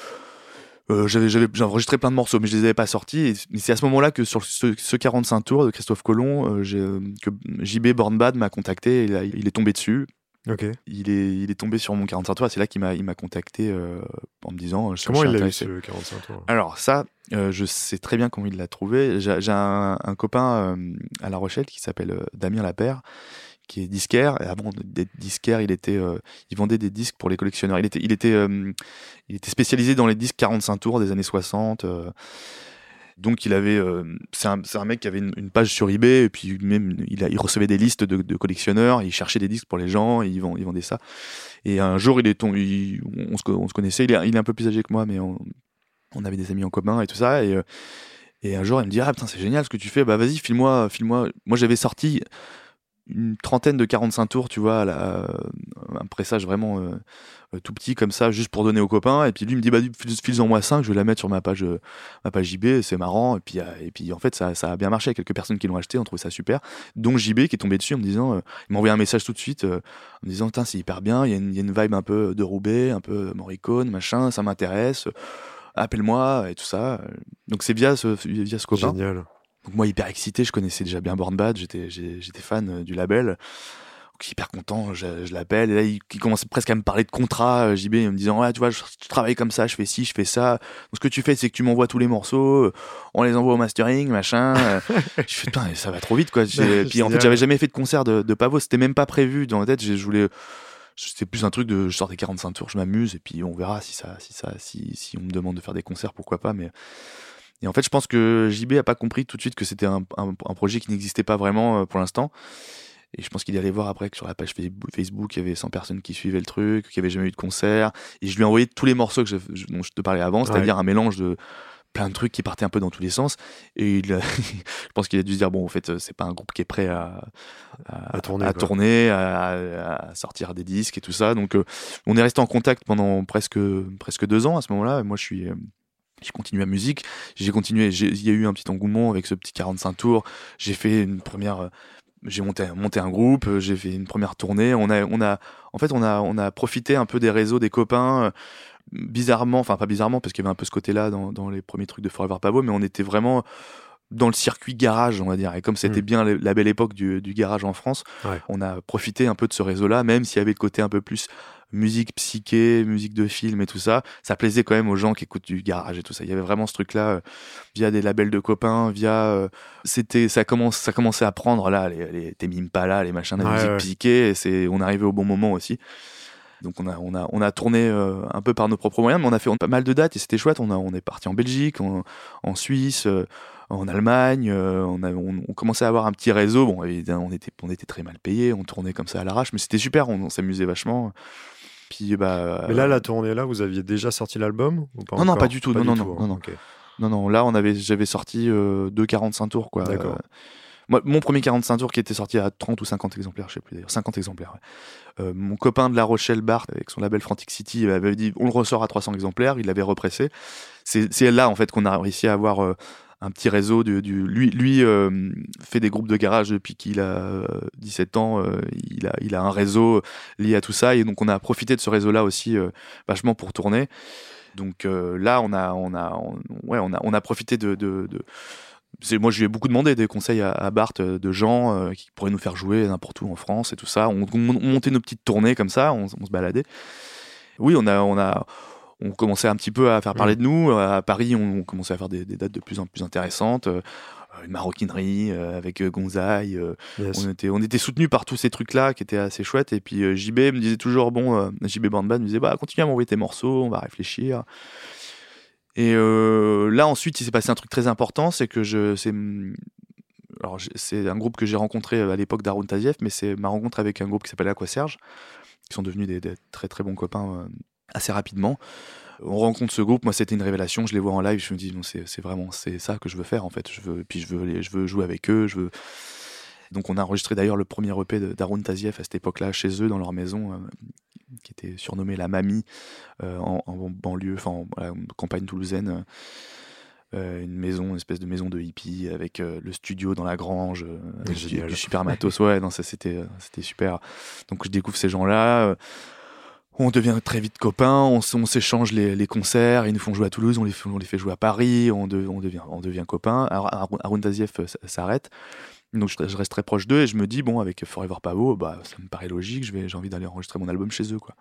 Euh, j'avais, j'avais, j'ai enregistré plein de morceaux, mais je les avais pas sortis. Et c'est à ce moment-là que sur ce, ce quarante-cinq tours de Christophe Colomb, euh, j'ai, que J B Born Bad m'a contacté et là, il est tombé dessus. Okay. Il est, il est tombé sur mon quarante-cinq tours. C'est là qu'il m'a, il m'a contacté euh, en me disant. Je, comment je il a eu ce quarante-cinq tours? Alors ça, euh, je sais très bien comment il l'a trouvé. J'ai, j'ai un, un copain euh, à La Rochelle qui s'appelle euh, Damien Lapère, qui est disquaire. Et avant d'être disquaire, il était, euh, il vendait des disques pour les collectionneurs. Il était, il était, euh, il était spécialisé dans les disques quarante-cinq tours des années soixante. Euh, Donc il avait, euh, c'est, un, c'est un mec qui avait une, une page sur eBay et puis même il, a, il recevait des listes de, de collectionneurs, il cherchait des disques pour les gens, et il, vend, il vendait ça. Et un jour il est tombé, il, on, se, on se connaissait, il est, il est un peu plus âgé que moi, mais on, on avait des amis en commun et tout ça. Et, et un jour il me dit ah putain c'est génial ce que tu fais, bah vas-y file-moi, file-moi. Moi j'avais sorti une trentaine de quarante-cinq tours, tu vois, là, un pressage vraiment euh, tout petit comme ça, juste pour donner aux copains. Et puis lui il me dit bah file-en moi cinq, je vais la mettre sur ma page, euh, ma page J B, c'est marrant. Et puis, euh, et puis en fait ça, ça a bien marché. Il y a quelques personnes qui l'ont acheté, on trouvait ça super. Donc J B qui est tombé dessus en me disant, euh, il m'a envoyé un message tout de suite euh, en me disant putain c'est hyper bien, il y, a une, il y a une vibe un peu de Roubaix, un peu Morricone, machin, ça m'intéresse. Appelle-moi et tout ça. Donc c'est via ce, via ce copain. Génial. Donc moi hyper excité, je connaissais déjà bien Born Bad, j'étais, j'étais fan du label. hyper content, je, je l'appelle et là il, il commençait presque à me parler de contrat, J B, en me disant ouais tu vois je, je travaille comme ça, je fais ci, je fais ça. Donc ce que tu fais c'est que tu m'envoies tous les morceaux, on les envoie au mastering, machin. Je fais putain ça va trop vite quoi. J'ai... Puis en fait j'avais jamais fait de concert de, de Pavot, c'était même pas prévu dans la tête. Je voulais, c'était plus un truc de je sors des quarante-cinq tours, je m'amuse et puis on verra si ça, si ça, si si on me demande de faire des concerts pourquoi pas. Mais et en fait je pense que J B a pas compris tout de suite que c'était un, un, un projet qui n'existait pas vraiment pour l'instant. Et je pense qu'il allait voir après que sur la page Facebook, il y avait cent personnes qui suivaient le truc, qu'il n'y avait jamais eu de concert. Et je lui ai envoyé tous les morceaux que je, dont je te parlais avant, c'est-à-dire ouais. un mélange de plein de trucs qui partaient un peu dans tous les sens. Et il a, je pense qu'il a dû se dire, bon, en fait, c'est pas un groupe qui est prêt à, à, à tourner, à, tourner à, à sortir des disques et tout ça. Donc, euh, on est resté en contact pendant presque, presque deux ans à ce moment-là. Et moi, je suis... Euh, j'ai continué la musique, j'ai continué, il y a eu un petit engouement avec ce petit quarante-cinq tours. J'ai fait une première... J'ai monté, monté un groupe, j'ai fait une première tournée. On a, on a, en fait, on a, on a profité un peu des réseaux des copains, euh, bizarrement, enfin pas bizarrement, parce qu'il y avait un peu ce côté-là dans, dans les premiers trucs de Forever Pavot, mais on était vraiment dans le circuit garage, on va dire. Et comme c'était mmh. bien la, la belle époque du, du garage en France, ouais. on a profité un peu de ce réseau-là, même s'il y avait le côté un peu plus musique psyché, musique de film et tout ça, ça plaisait quand même aux gens qui écoutent du garage et tout ça. Il y avait vraiment ce truc-là euh, via des labels de copains, via euh, c'était ça commence ça commençait à prendre là les les Tame Impala, les machins de ouais, musique ouais. psyché et c'est on arrivait au bon moment aussi. Donc on a on a on a tourné euh, un peu par nos propres moyens, mais on a fait on, pas mal de dates et c'était chouette. On a on est parti en Belgique, en, en Suisse, euh, en Allemagne. Euh, on a on, on commençait à avoir un petit réseau. Bon, évidemment, on était on était très mal payés, on tournait comme ça à l'arrache, mais c'était super. On, on s'amusait vachement. Puis bah. Mais là, la tournée là, vous aviez déjà sorti l'album ou pas Non, encore non, pas du tout. pas non, du non, tout, non, hein. non, okay. non, non. Là, on avait j'avais sorti euh, deux quarante-cinq tours quoi. D'accord. Euh, Moi, mon premier quarante-cinq tours qui était sorti à trente ou cinquante exemplaires, je sais plus d'ailleurs, cinquante exemplaires. Ouais. Euh, mon copain de La Rochelle, Bart, avec son label Frantic City, avait dit on le ressort à trois cents exemplaires, il l'avait repressé. C'est, c'est là en fait qu'on a réussi à avoir euh, un petit réseau. Du, du, lui lui euh, fait des groupes de garage depuis qu'il a euh, dix-sept ans, euh, il, a, il a un réseau lié à tout ça, et donc on a profité de ce réseau-là aussi euh, vachement pour tourner. Donc euh, là, on a, on a, on, ouais, on a, on a profité de... de, de C'est, moi, je lui ai beaucoup demandé des conseils à, à Bart euh, de gens euh, qui pourraient nous faire jouer n'importe où en France et tout ça. On, on, on montait nos petites tournées comme ça, on, on se baladait. Oui, on a, on a, on commençait un petit peu à faire parler de nous. À Paris, on, on commençait à faire des, des dates de plus en plus intéressantes. Euh, une maroquinerie euh, avec euh, Gonzaï. Euh, yes. On était, on était soutenus par tous ces trucs-là qui étaient assez chouettes. Et puis euh, J B me disait toujours, bon, euh, J B Bandband me disait, bah, continue à m'envoyer tes morceaux, on va réfléchir. Et euh, là ensuite il s'est passé un truc très important, c'est que je c'est alors c'est un groupe que j'ai rencontré à l'époque d'Haroun Tazieff, mais c'est ma rencontre avec un groupe qui s'appelle Aqua Serge, qui sont devenus des, des très très bons copains euh, assez rapidement. On rencontre ce groupe, moi c'était une révélation, je les vois en live, je me dis non c'est c'est vraiment c'est ça que je veux faire en fait, je veux puis je veux les, je veux jouer avec eux, je veux. Donc on a enregistré d'ailleurs le premier E P d'Haroun Tazieff à cette époque-là chez eux dans leur maison. Euh, qui était surnommée la Mamie euh, en, en banlieue, enfin en, en campagne toulousaine, euh, une maison, une espèce de maison de hippie avec euh, le studio dans la grange, euh, avec du, du super matos, ouais, non, ça c'était, c'était super. Donc je découvre ces gens-là, euh, on devient très vite copains, on, on s'échange les, les concerts, ils nous font jouer à Toulouse, on les, on les fait jouer à Paris, on, de, on, devient, on devient copains. Alors Haroun Tazieff s'arrête. Donc je reste très proche d'eux et je me dis bon avec Forever Pavot bah ça me paraît logique, je vais j'ai envie d'aller enregistrer mon album chez eux quoi.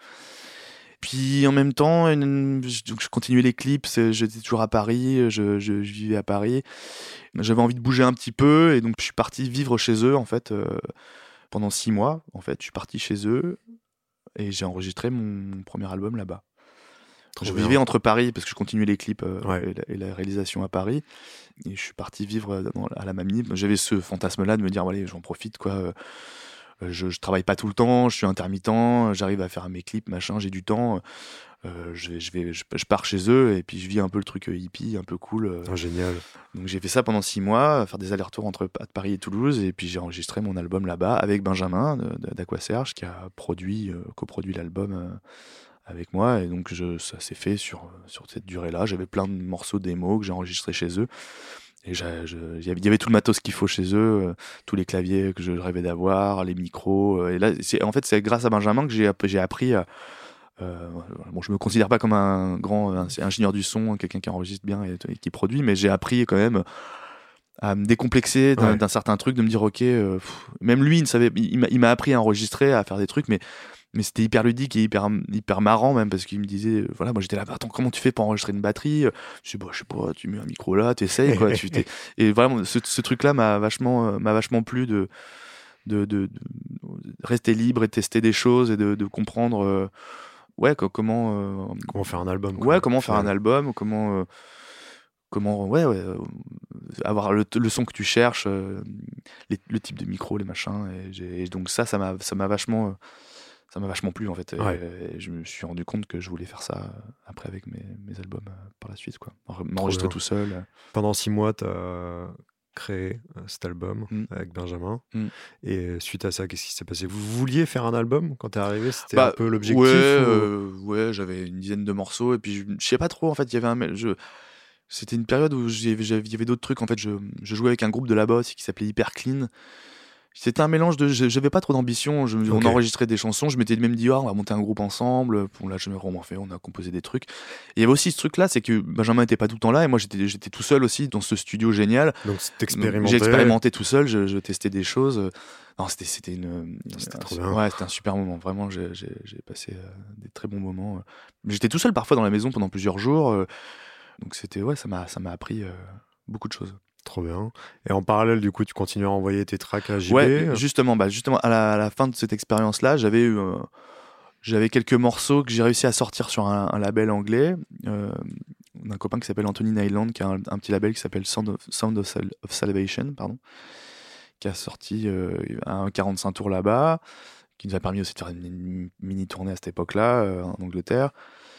Puis en même temps une, je, donc je continuais les clips, j'étais toujours à Paris, je, je, je vivais à Paris, j'avais envie de bouger un petit peu et donc je suis parti vivre chez eux en fait euh, pendant six mois en fait je suis parti chez eux et j'ai enregistré mon, mon premier album là-bas. Trop je bien. Vivais entre Paris parce que je continuais les clips euh, ouais. et, la, et la réalisation à Paris et je suis parti vivre dans, à la Mamie. J'avais ce fantasme-là de me dire allez j'en profite quoi. Je, je travaille pas tout le temps, je suis intermittent, j'arrive à faire mes clips machin, j'ai du temps. Euh, je, vais, je, vais, je, je pars chez eux et puis je vis un peu le truc hippie, un peu cool. Oh, génial. Donc j'ai fait ça pendant six mois, faire des allers-retours entre Paris et Toulouse et puis j'ai enregistré mon album là-bas avec Benjamin d'Aqua Serge qui a produit, euh, coproduit l'album. Euh, avec moi et donc je, ça s'est fait sur, sur cette durée-là. J'avais plein de morceaux démos que j'ai enregistrés chez eux et il y avait tout le matos qu'il faut chez eux, euh, tous les claviers que je rêvais d'avoir, les micros euh, et là c'est, en fait c'est grâce à Benjamin que j'ai, j'ai appris à, euh, bon je me considère pas comme un grand un, ingénieur du son, quelqu'un qui enregistre bien et, et qui produit, mais j'ai appris quand même à me décomplexer d'un, Ouais. d'un certain truc, de me dire ok, euh, pff, même lui il ne savait, il m'a, il m'a appris à enregistrer, à faire des trucs, mais mais c'était hyper ludique et hyper hyper marrant même parce qu'il me disait, euh, voilà, moi j'étais là, bah, attends, comment tu fais pour enregistrer une batterie? Je sais bah, je sais pas, tu mets un micro là, t'essayes quoi, tu t'es... et vraiment ce, ce truc là m'a vachement euh, m'a vachement plu de de, de de rester libre et de tester des choses et de, de comprendre euh, ouais co- comment euh, Comment faire un album, quoi, ouais au comment faire un final. album, comment euh, comment ouais, ouais euh, avoir le, le son que tu cherches, euh, les- le type de micro, les machins, et, j'ai, et donc ça ça m'a ça m'a vachement euh, ça m'a vachement plu en fait, et, Ouais, et je me suis rendu compte que je voulais faire ça euh, après avec mes, mes albums euh, par la suite quoi. En- trop m'enregistrer bien. tout seul euh. Pendant six mois, tu as créé euh, cet album Mm, avec Benjamin. mm. Et euh, suite à ça, qu'est-ce qui s'est passé? Vous vouliez faire un album quand t'es arrivé? C'était un Bah peu ouais, l'objectif ou... euh, ouais, j'avais une dizaine de morceaux et puis je, je sais pas trop en fait, il y avait un mé- je c'était une période où j'y- j'avais- il y avait d'autres trucs en fait, je, je jouais avec un groupe de là-bas aussi qui s'appelait Hyper Clean. C'était un mélange de je- j'avais pas trop d'ambition, je- on Ok, enregistrait des chansons, je m'étais même dit ah, on va monter un groupe ensemble, on l'a jamais vraiment fait, on a composé des trucs. Et il y avait aussi ce truc là, c'est que Benjamin était pas tout le temps là et moi j'étais j'étais tout seul aussi dans ce studio génial. donc Donc, j'ai t'expérimentais. expérimenté tout seul, je, je testais des choses. Non, c'était c'était une, C'était un- trop bien. ouais, c'était un super moment. Vraiment, j'ai j'ai- j'ai passé euh, des très bons moments. Mais j'étais tout seul parfois dans la maison pendant plusieurs jours, euh, donc c'était ouais, ça m'a ça m'a appris euh, beaucoup de choses. Trop bien. Et en parallèle, du coup, tu continues à envoyer tes tracks à J B. Ouais, justement, bah justement à la, à la fin de cette expérience-là, j'avais eu euh, j'avais quelques morceaux que j'ai réussi à sortir sur un, un label anglais euh, d'un copain qui s'appelle Anthony Nyland, qui a un, un petit label qui s'appelle Sound of, Sound of, Sal- of Salvation, pardon, qui a sorti euh, un quarante-cinq tours là-bas, qui nous a permis aussi de faire une, une mini tournée à cette époque-là euh, en Angleterre.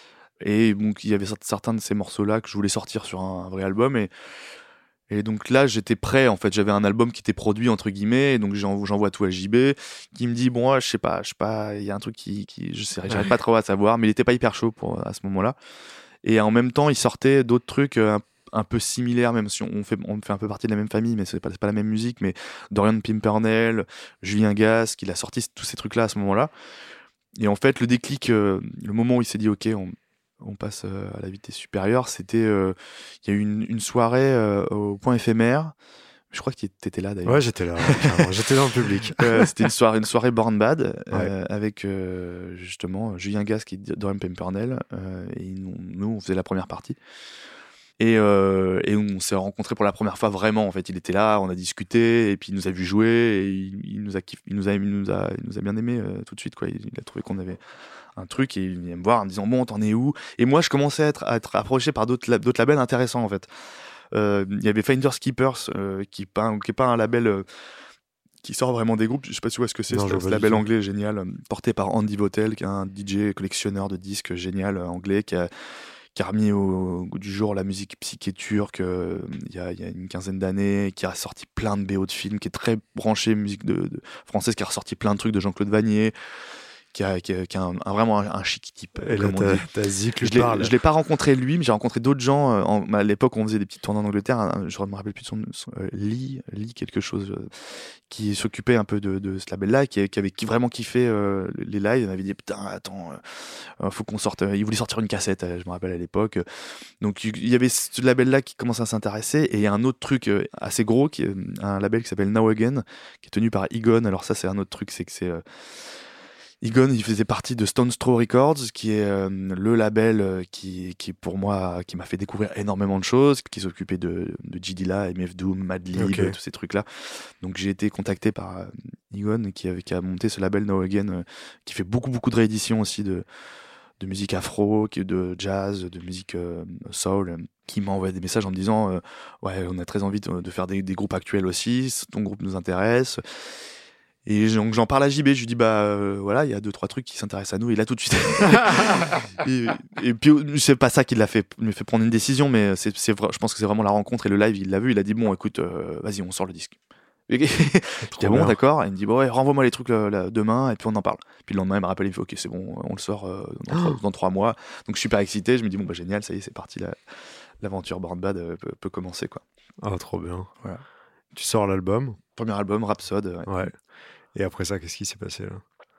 Et donc il y avait cer- certains de ces morceaux-là que je voulais sortir sur un, un vrai album, et, et donc là j'étais prêt en fait, j'avais un album qui était produit entre guillemets, et donc j'en- j'envoie tout à J B, qui me dit bon ouais, je sais pas, je sais pas, il y a un truc qui, qui je sais, j'arrive pas trop à savoir, mais il était pas hyper chaud pour à ce moment-là. Et en même temps il sortait d'autres trucs euh, un, un peu similaires, même si on fait on fait un peu partie de la même famille, mais c'est pas c'est pas la même musique, mais Dorian Pimpernel, Julien Gasque, il a sorti tous ces trucs là à ce moment-là. Et en fait, le déclic, euh, le moment où il s'est dit ok, on, on passe euh, à la vitesse supérieure, c'était, euh, il y a eu une, une soirée euh, au Point Éphémère. Je crois que tu étais là d'ailleurs. Ouais, j'étais là. Ouais, carrément. J'étais dans le public. Euh, c'était une soirée, une soirée Born Bad euh, Ouais. avec euh, justement Julien Gasque et Dorian Pimpernel. Euh, et nous, nous, on faisait la première partie. Et, euh, et on s'est rencontrés pour la première fois vraiment. En fait, il était là, on a discuté, et puis il nous a vu jouer, et il, il nous a kiff- il nous a, il nous a, il nous a bien aimé euh, tout de suite quoi. Il, il a trouvé qu'on avait un truc et il vient me voir en me disant bon, t'en es où? Et moi, je commençais à être, à être approché par d'autres, lab- d'autres labels intéressants en fait. Euh, Il y avait Finders Keepers euh, qui, pas un- qui est pas un label euh, qui sort vraiment des groupes. Je sais pas si tu vois ce que c'est. Non, C'est je ce vois pas du label tout. anglais génial, euh, porté par Andy Votel, qui est un D J collectionneur de disques génial euh, anglais, qui a qui a remis au goût du jour la musique psyché turque euh, il y, a, il y a une quinzaine d'années, qui a sorti plein de B O de films, qui est très branché musique de, de française, qui a ressorti plein de trucs de Jean-Claude Vanier, qui a, qui a, qui a un, un- vraiment un, un chic type, Et là, comme on t'as dit. t'as Zik lui Je l'ai, parle. je l'ai pas rencontré lui, mais j'ai rencontré d'autres gens. euh, en- à l'époque, on faisait des petites tournées en Angleterre. un- Je me rappelle plus de son, son euh, Lee, Lee quelque chose, euh, qui s'occupait un peu de, de ce label-là, qui, qui avait qui vraiment kiffé euh, les lives. Il m'avait dit putain, attends, euh, euh, faut qu'on sorte. Il voulait sortir une cassette, euh, je me rappelle à l'époque. Donc il y avait ce label-là qui commençait à s'intéresser, et il y a un autre truc euh, assez gros, qui est un label qui s'appelle Now Again, qui est tenu par Egon. Alors ça, c'est un autre truc, c'est que c'est euh, Egon, il faisait partie de Stone's Throw Records, qui est euh, le label euh, qui, qui, pour moi, qui m'a fait découvrir énormément de choses, qui s'occupait de, de J Dilla, M F Doom, Madlib, Ok. euh, tous ces trucs-là. Donc j'ai été contacté par euh, Egon, qui, avait, qui a monté ce label Now Again, euh, qui fait beaucoup, beaucoup de rééditions aussi de, de musique afro, qui- de jazz, de musique euh, soul, euh, qui m'a envoyé des messages en me disant euh, ouais, on a très envie de, de faire des, des groupes actuels aussi, ton groupe nous intéresse. Et donc j'en parle à J B, je lui dis bah euh, voilà, il y a deux trois trucs qui s'intéressent à nous, et là tout de suite. et, et puis c'est pas ça qui l'a fait me fait prendre une décision, mais c'est c'est vrai, je pense que c'est vraiment la rencontre et le live, il l'a vu, il a dit bon écoute, euh, vas-y, on sort le disque. Et je dis ah bon, bien. d'accord. Et il me dit bon, ouais, renvoie-moi les trucs là, là, demain, et puis on en parle. Puis le lendemain il me rappelle, il me fait ok, c'est bon, on le sort euh, dans, trois, dans trois mois. Donc je suis super excité, je me dis bon bah génial, ça y est, c'est parti, la- l'aventure Born Bad euh, peut, peut commencer quoi. Ah, trop bien. Voilà. Tu sors l'album. Premier album Rhapsode. Ouais. Ouais. Et après ça, qu'est-ce qui s'est passé là?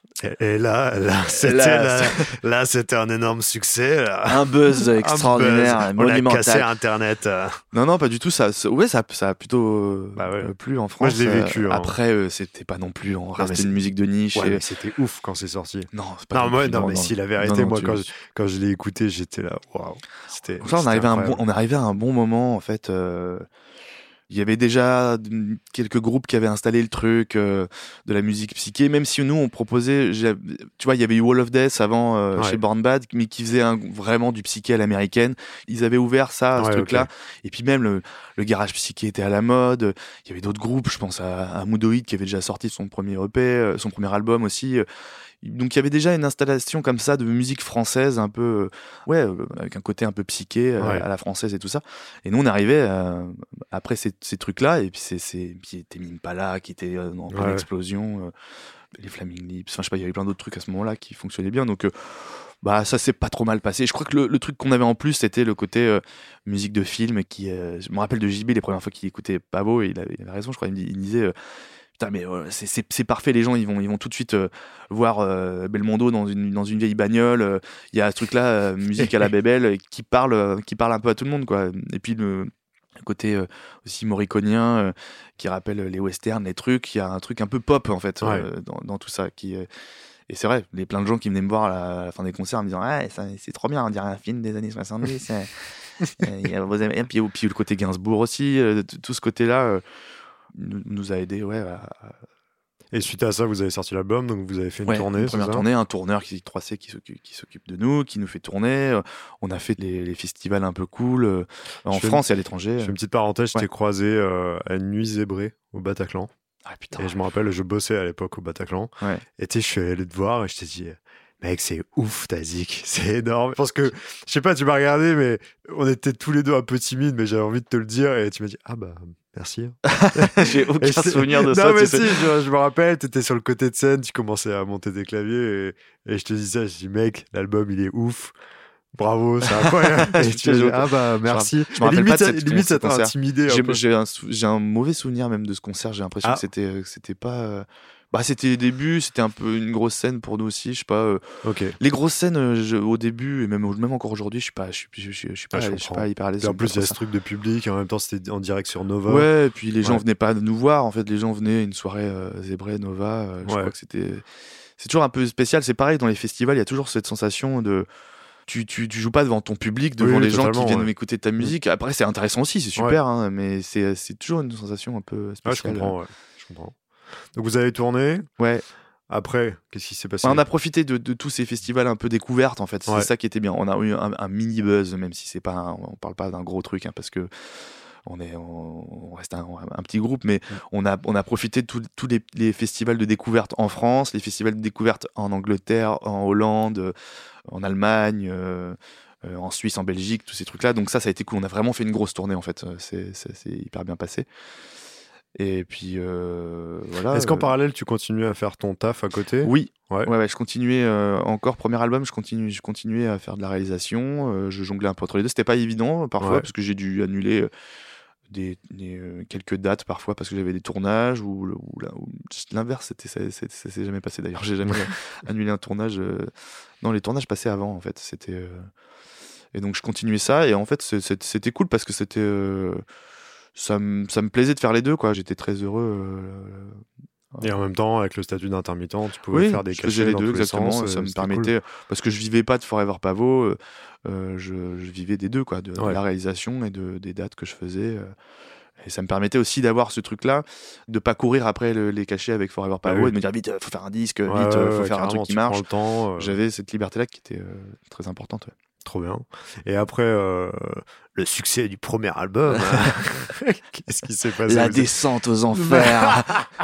Et, et là, là, c'était, Là, là, c'est- là, c'était un énorme succès. Là. Un buzz extraordinaire, Un buzz. On a monumental. cassé Internet. euh. Non, non, pas du tout. Ça, ça- ouais, ça, ça a plutôt euh, Bah ouais. euh, plu en France. Moi, je l'ai Euh, vécu, hein. Après, euh, c'était pas non plus. On mais restait c'est- une musique de niche. Ouais, et- mais c'était ouf quand c'est sorti. Non, c'est pas Non, non moi, plus, non, mais si, la vérité, non, non, moi, tu- quand, je, quand je l'ai écouté, j'étais là, waouh. C'était. Donc là, on c'était arrivait, à un bon, incroyable. on arrivait à un bon moment, en fait. euh, Il y avait déjà mm, quelques groupes qui avaient installé le truc euh, de la musique psyché, même si nous, on proposait... j'ai- Tu vois, il y avait eu Wall of Death avant euh, Ouais. chez Born Bad, mais qui faisait un- vraiment du psyché à l'américaine. Ils avaient ouvert ça, ce Ouais, truc-là. ok. Et puis même, le, le garage psyché était à la mode. Il y avait d'autres groupes, je pense à, à Moodoid qui avait déjà sorti son premier E P, euh, son premier album aussi. Donc il y avait déjà une installation comme ça de musique française un peu euh, ouais euh, avec un côté un peu psyché euh, Ouais. à la française et tout ça, et nous on arrivait euh, après ces, ces trucs là, et puis c'est c'est puis Tame Impala qui était euh, en pleine Ouais. explosion, euh, les Flaming Lips, enfin je sais pas, il y avait plein d'autres trucs à ce moment là qui fonctionnaient bien, donc euh, bah ça s'est pas trop mal passé. Je crois que le, le truc qu'on avait en plus, c'était le côté euh, musique de film qui euh, je me rappelle de J B les premières fois qu'il écoutait Pavo, et il avait, il avait raison, je crois, il, me dit- il disait euh, putain, mais euh, c'est, c'est, c'est parfait, les gens ils vont, ils vont tout de suite euh, voir euh, Belmondo dans une, dans une vieille bagnole. euh, Il y a ce truc là, musique à la Bébel, euh, qui parle, euh, qui parle un peu à tout le monde, quoi. Et puis le, le côté euh, aussi morriconien, euh, qui rappelle les westerns, les trucs. Il y a un truc un peu pop en fait, Ouais. euh, dans, dans tout ça. Qui, euh, et c'est vrai, il y a plein de gens qui venaient me voir à la, à la fin des concerts en me disant ah, ça, c'est trop bien, on dirait un film des années soixante-dix. euh, euh, il y a- vous aimez- et puis, puis le côté Gainsbourg aussi, euh, t- tout ce côté-là euh, nous, nous a aidé, ouais, à, à- Et suite à ça, vous avez sorti l'album, donc vous avez fait une Ouais, tournée, une c'est première ça tournée, un tourneur qui trois C qui s'occupe, qui s'occupe de nous, qui nous fait tourner. Euh, On a fait les, les festivals un peu cool euh, en Je fais France et à Je l'étranger. fais une petite parenthèse, je Ouais. t'ai croisé euh, à une nuit zébrée au Bataclan. Ah putain. Et je me rappelle, je bossais à l'époque au Bataclan. Ouais. Et tu sais, je suis allé te voir et je t'ai dit, mec, c'est ouf ta zik, c'est énorme. Je pense que, je sais pas, tu m'as regardé, mais on était tous les deux un peu timides, mais j'avais envie de te le dire. Et tu m'as dit, ah bah, merci. J'ai aucun Et c'est- souvenir de non, ça. mais tu si, sais. je, je me rappelle, t'étais sur le côté de scène, tu commençais à monter tes claviers et, et je te disais, je dis, mec, l'album il est ouf. Bravo, c'est incroyable. Et tu m'as dit, J'ai- ah bah, merci. je me rappelle Et limite, pas de ça- cette- limite, ce ça t'a concert. intimidé un J'ai, peu. j'ai un, sou- j'ai un mauvais souvenir même de ce concert. J'ai l'impression Ah. que c'était, que c'était pas. euh, Bah, c'était les débuts, c'était un peu une grosse scène pour nous aussi. Je sais pas. euh, Ok. Les grosses scènes euh, je- au début et même, au- même encore aujourd'hui, je suis pas, je suis, je, suis- je suis pas, Ah, je je suis comprends. pas hyper à l'aise. Et en j'aime pas plus, il y a trop ce ça. truc de public, et en même temps, c'était en direct sur Nova. Ouais, et puis les gens Ouais. venaient pas nous voir. En fait, les gens venaient à une soirée euh, Zébré, Nova. euh, je Ouais. crois que c'était. C'est toujours un peu spécial. C'est pareil dans les festivals. Il y a toujours cette sensation de. Tu, tu, tu joues pas devant ton public, devant Oui, les gens qui totalement, viennent ouais. écouter ta musique. Après, c'est intéressant aussi, c'est super, hein, mais c'est, c'est toujours une sensation un peu Ah, je spéciale. comprends, ouais. Je comprends. Donc, vous avez tourné. Ouais. Après, qu'est-ce qui s'est passé? On a profité de, de tous ces festivals un peu découvertes, en fait. C'est Ouais. ça qui était bien. On a eu un, un mini buzz, même si c'est pas, un- on parle pas d'un gros truc, hein, parce que on est, on, on reste un, un petit groupe, mais on a, on a profité de tous tous les, les festivals de découverte en France, les festivals de découverte en Angleterre, en Hollande, euh, en Allemagne, euh, euh, en Suisse, en Belgique, tous ces trucs-là. Donc ça, ça a été cool. On a vraiment fait une grosse tournée, en fait. C'est, c'est, c'est hyper bien passé. Et puis euh, voilà. Est-ce qu'en euh, parallèle, tu continuais à faire ton taf à côté? Oui. Ouais. Ouais, ouais, je continuais euh, encore premier album, je continue, je continuais à faire de la réalisation, euh, je jonglais un peu entre les deux. C'était pas évident parfois Ouais. parce que j'ai dû annuler euh, des, des, euh, quelques dates parfois parce que j'avais des tournages ou, le- ou la- ou l'inverse. C'était ça, c'est- ça s'est jamais passé d'ailleurs. J'ai jamais annulé un tournage. euh, Non, les tournages passaient avant en fait. C'était euh, et donc je continuais ça et en fait c'est- c'est- c'était cool parce que c'était euh, ça me ça me plaisait de faire les deux quoi. J'étais très heureux. euh, Et en même temps, avec le statut d'intermittent, tu pouvais Oui, faire des je faisais cachets les dans deux tous les exactement. sens. Ça et me c'était permettait parce que je vivais pas de Forever Pavot, euh, euh, je, je vivais des deux quoi, de, de Ouais. la réalisation et de, des dates que je faisais. euh, et ça me permettait aussi d'avoir ce truc-là, de pas courir après le- les cachets avec Forever Pavot oui. et de me dire vite, euh, faut faire un disque, cool. vite, Ouais, euh, ouais, faut ouais, faire un carrément, truc qui tu prends marche. le temps. euh, J'avais cette liberté-là qui était euh, très importante. Ouais. Trop bien. Et après, euh, le succès du premier album, euh, qu'est-ce qui s'est passé? La Vous- descente aux enfers,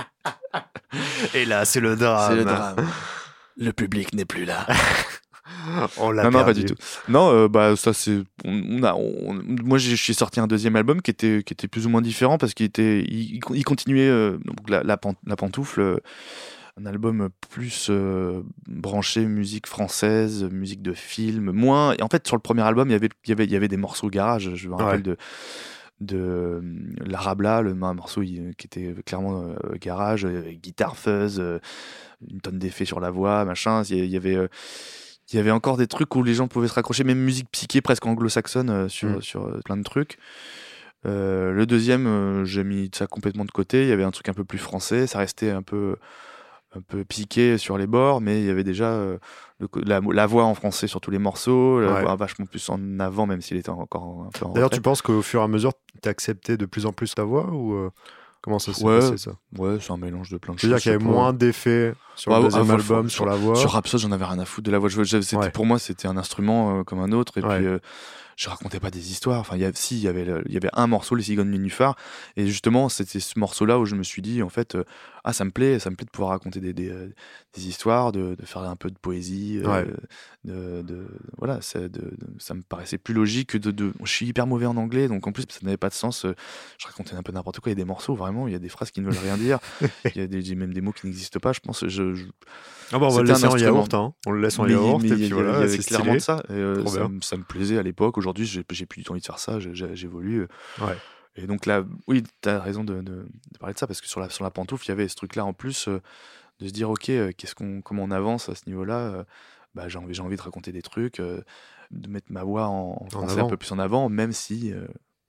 Et là, c'est le drame. c'est le drame. Le public n'est plus là. On l'a Non, non, pas perdu. du tout. Non, euh, bah ça c'est. On, on a, on- moi, j'ai j'ai sorti un deuxième album qui était qui était plus ou moins différent parce qu'il était, il, il continuait euh, donc la, la, pan- la pantoufle, euh, un album plus euh, branché musique française, musique de film, moins. Et en fait, sur le premier album, il y avait il y avait il y avait des morceaux garage. Je me rappelle Ouais. de de euh, l'Arabla, le un morceau il- qui était clairement euh, garage, euh, avec guitare fuzz, euh, une tonne d'effets sur la voix, machin. Il y il y avait, euh, il y avait encore des trucs où les gens pouvaient se raccrocher, même musique psyché presque anglo-saxonne euh, sur, Mm. sur euh, plein de trucs. Euh, le deuxième, euh, j'ai mis ça complètement de côté. Il y avait un truc un peu plus français, ça restait un peu, un peu piqué sur les bords, mais il y avait déjà euh, le co- la, la voix en français sur tous les morceaux, la Ouais. voix vachement plus en avant, même s'il était encore un peu en D'ailleurs, retrait. tu penses qu'au fur et à mesure, t'as accepté de plus en plus ta voix ou euh, comment ça s'est Ouais, passé ça? ouais, c'est un mélange de plein de Tu veux dire choses. qu'il y je avait sais pas. moins d'effets sur Ouais, le ouais, deuxième ah, album, sur, sur la voix? sur Rhapsody, j'en avais rien à foutre de la voix. Je- je- c'était, Ouais. Pour moi, c'était un instrument euh, comme un autre. Et Ouais. puis, euh, je racontais pas des histoires. Enfin, il y a, si, il y avait, le- il y avait un morceau, Les Cigognes Nénuphars. Et justement, c'était ce morceau-là où je me suis dit, en fait, euh, ah, ça me plaît, ça me plaît de pouvoir raconter des, des, euh, des histoires, de, de faire un peu de poésie. euh, Ouais. de, de- voilà, ça, de- de- ça me paraissait plus logique que de, de. Je suis hyper mauvais en anglais, donc en plus, ça n'avait pas de sens. euh, Je racontais un peu n'importe quoi. Il y a des morceaux, vraiment, il y a des phrases qui ne veulent rien dire. Il y a des, même des mots qui n'existent pas. Je pense, je, je- Ah bah on va le c'était un laisser en instrument. yaourt, hein. On le laisse en Mais yaourt mais et il y, puis a- il y voilà, avait c'est clairement stylé. de ça. Et, euh, Trop ça, bien. me- ça me plaisait à l'époque. Aujourd'hui, j'ai j'ai plus du tout envie de faire ça. j'ai- j'ai- J'évolue. euh. Ouais. Et donc là, oui, tu as raison de, de- de parler de ça parce que sur la, sur la pantoufle, il y avait ce truc-là en plus euh, de se dire, ok, euh, qu'est-ce qu'on, comment on avance à ce niveau-là. euh, bah, j'ai envie, j'ai envie de raconter des trucs, euh, de mettre ma voix en, en En français un avant. peu plus en avant, même si euh,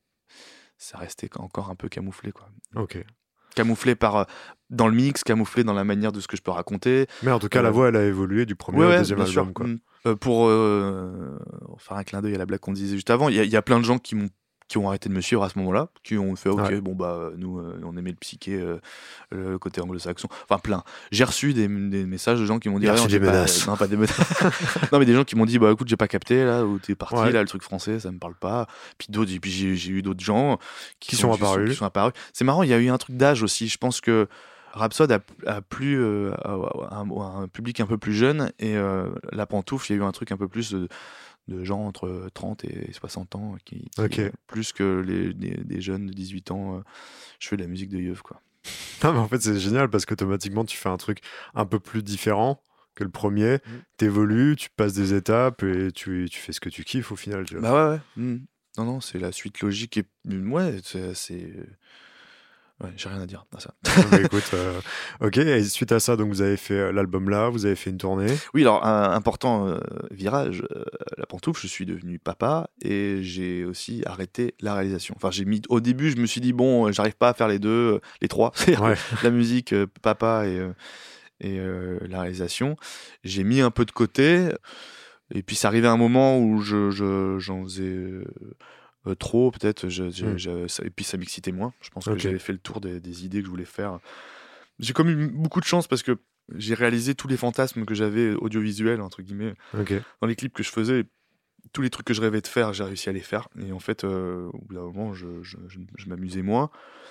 ça restait encore un peu camouflé, quoi. Ok. Camouflé par, euh, dans le mix, camouflé dans la manière de ce que je peux raconter. Mais en tout cas, la Euh, voix, elle a évolué du premier Ouais, au ouais, deuxième bien album, sûr. quoi. Mm. Euh, pour euh, faire un clin d'œil à la blague qu'on disait juste avant, il y, a- il y a plein de gens qui m'ont qui ont arrêté de me suivre à ce moment-là, qui ont fait ok, Ouais. bon bah nous euh, on aimait le psyché, euh, le côté anglo-saxon, enfin plein. J'ai reçu des, des messages de gens qui m'ont dit Il a ah, reçu non, des j'ai pas- menaces. non pas des menaces, non mais des gens qui m'ont dit bah écoute j'ai pas capté là où t'es parti Ouais. là le truc français ça me parle pas. Puis d'autres, et puis j'ai j'ai eu d'autres gens qui, Qui sont apparus. qui sont apparus. C'est marrant, il y a eu un truc d'âge aussi. Je pense que Rhapsody a, a plu euh, à, à un, à un public un peu plus jeune et euh, la pantoufle, il y a eu un truc un peu plus de, de gens entre trente et soixante ans qui, qui Ok. plus que les, des, des jeunes de dix-huit ans. euh, je fais de la musique de yeuve quoi. Non, mais en fait, c'est génial parce qu'automatiquement, tu fais un truc un peu plus différent que le premier. Mm. T'évolues, tu passes des étapes et tu, tu fais ce que tu kiffes au final, tu vois. Bah ouais, ouais. Mm. Non, non, c'est la suite logique et ouais, c'est. c'est- Ouais, j'ai rien à dire à ça. Non, mais écoute, euh, ok. Et suite à ça, donc vous avez fait euh, l'album là, vous avez fait une tournée. Oui, alors un important euh, virage, euh, la pantoufle, je suis devenu papa et j'ai aussi arrêté la réalisation. Enfin, j'ai mis au début, je me suis dit bon, euh, j'arrive pas à faire les deux, euh, les trois, c'est-à-dire Ouais. la musique, euh, papa et euh, et euh, la réalisation. J'ai mis un peu de côté et puis ça arrivait un moment où je, je- j'en faisais euh, euh, trop peut-être. Je- je- Mm. je- ça- et puis ça m'excitait moins. Je pense que Ok. j'avais fait le tour des, des idées que je voulais faire. J'ai comme eu beaucoup de chance parce que j'ai réalisé tous les fantasmes que j'avais audiovisuels, entre guillemets, Ok. dans les clips que je faisais. Tous les trucs que je rêvais de faire, j'ai réussi à les faire. Et en fait, euh, au bout d'un moment, je, je- je- je m'amusais moins.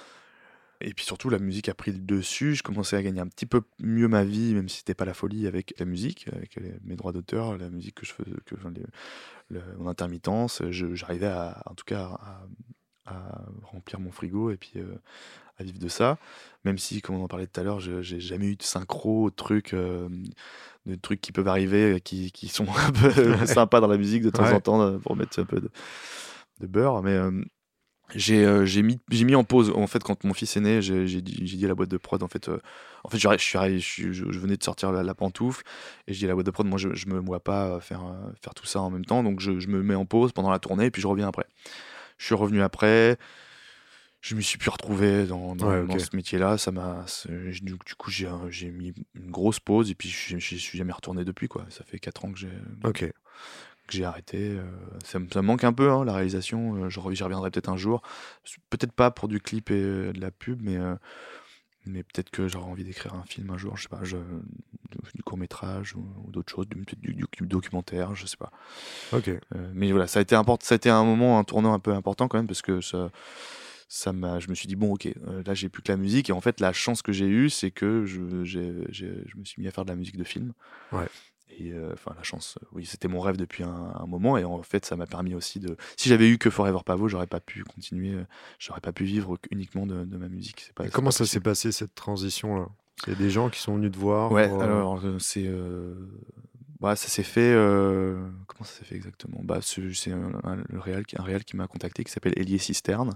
Et puis surtout, la musique a pris le dessus. Je commençais à gagner un petit peu mieux ma vie, même si c'était pas la folie avec la musique, avec les- mes droits d'auteur, la musique que je faisais, que, enfin, les- le- mon intermittence. Je- J'arrivais à, en tout cas, à, à remplir mon frigo et puis euh, à vivre de ça. Même si, comme on en parlait tout à l'heure, je- j'ai jamais eu de synchro, de trucs, euh, de trucs qui peuvent arriver, euh, qui, qui sont un peu sympas dans la musique de temps Ouais. en temps euh, pour mettre un peu de, de beurre. Mais euh, j'ai euh, j'ai mis, j'ai mis en pause. En fait, quand mon fils est né, j'ai j'ai dit, j'ai dit à la boîte de prod, en fait, euh, en fait je, suis arrivé- je, suis- je, je venais de sortir la, la pantoufle et je dis à la boîte de prod, moi, je, je me vois pas euh, faire, euh, faire tout ça en même temps, donc je, je me mets en pause pendant la tournée et puis je reviens après. Je suis revenu après. Je m'y suis plus retrouvé dans, dans, Ouais, ok. dans ce métier-là. Ça m'a, c'est- du, du coup, j'ai, un- j'ai mis une grosse pause et puis je je suis jamais retourné depuis, quoi. Ça fait quatre ans que j'ai, Ok. que j'ai arrêté. euh, ça, me ça me manque un peu, hein, la réalisation. euh, je rev- J'y reviendrai peut-être un jour. Peut-être pas pour du clip et euh, de la pub, mais, euh, mais peut-être que j'aurai envie d'écrire un film un jour. Je sais pas, je, du court métrage ou, ou d'autres choses, du, peut-être du, du documentaire, je sais pas. Ok. Euh, mais voilà, ça a été import- ça a été un moment, un tournant un peu important quand même parce que ça, ça m'a, je me suis dit bon ok, euh, là j'ai plus que la musique et en fait la chance que j'ai eue c'est que je, j'ai, j'ai- je me suis mis à faire de la musique de film. Ouais. Et euh, enfin la chance, euh, oui c'était mon rêve depuis un, un moment et en fait ça m'a permis aussi de. Si j'avais eu que Forever Pavot, j'aurais pas pu continuer, euh, j'aurais pas pu vivre uniquement de, de ma musique. C'est pas. Et c'est comment pas ça s'est possible. passé cette transition là? C'est des gens qui sont venus te voir Ouais, pour, euh, alors euh, c'est euh, bah, ça s'est fait. Euh... Comment ça s'est fait exactement? Bah, c'est, c'est un, un, le réal, un réal qui m'a contacté, qui s'appelle Elie Cisterne,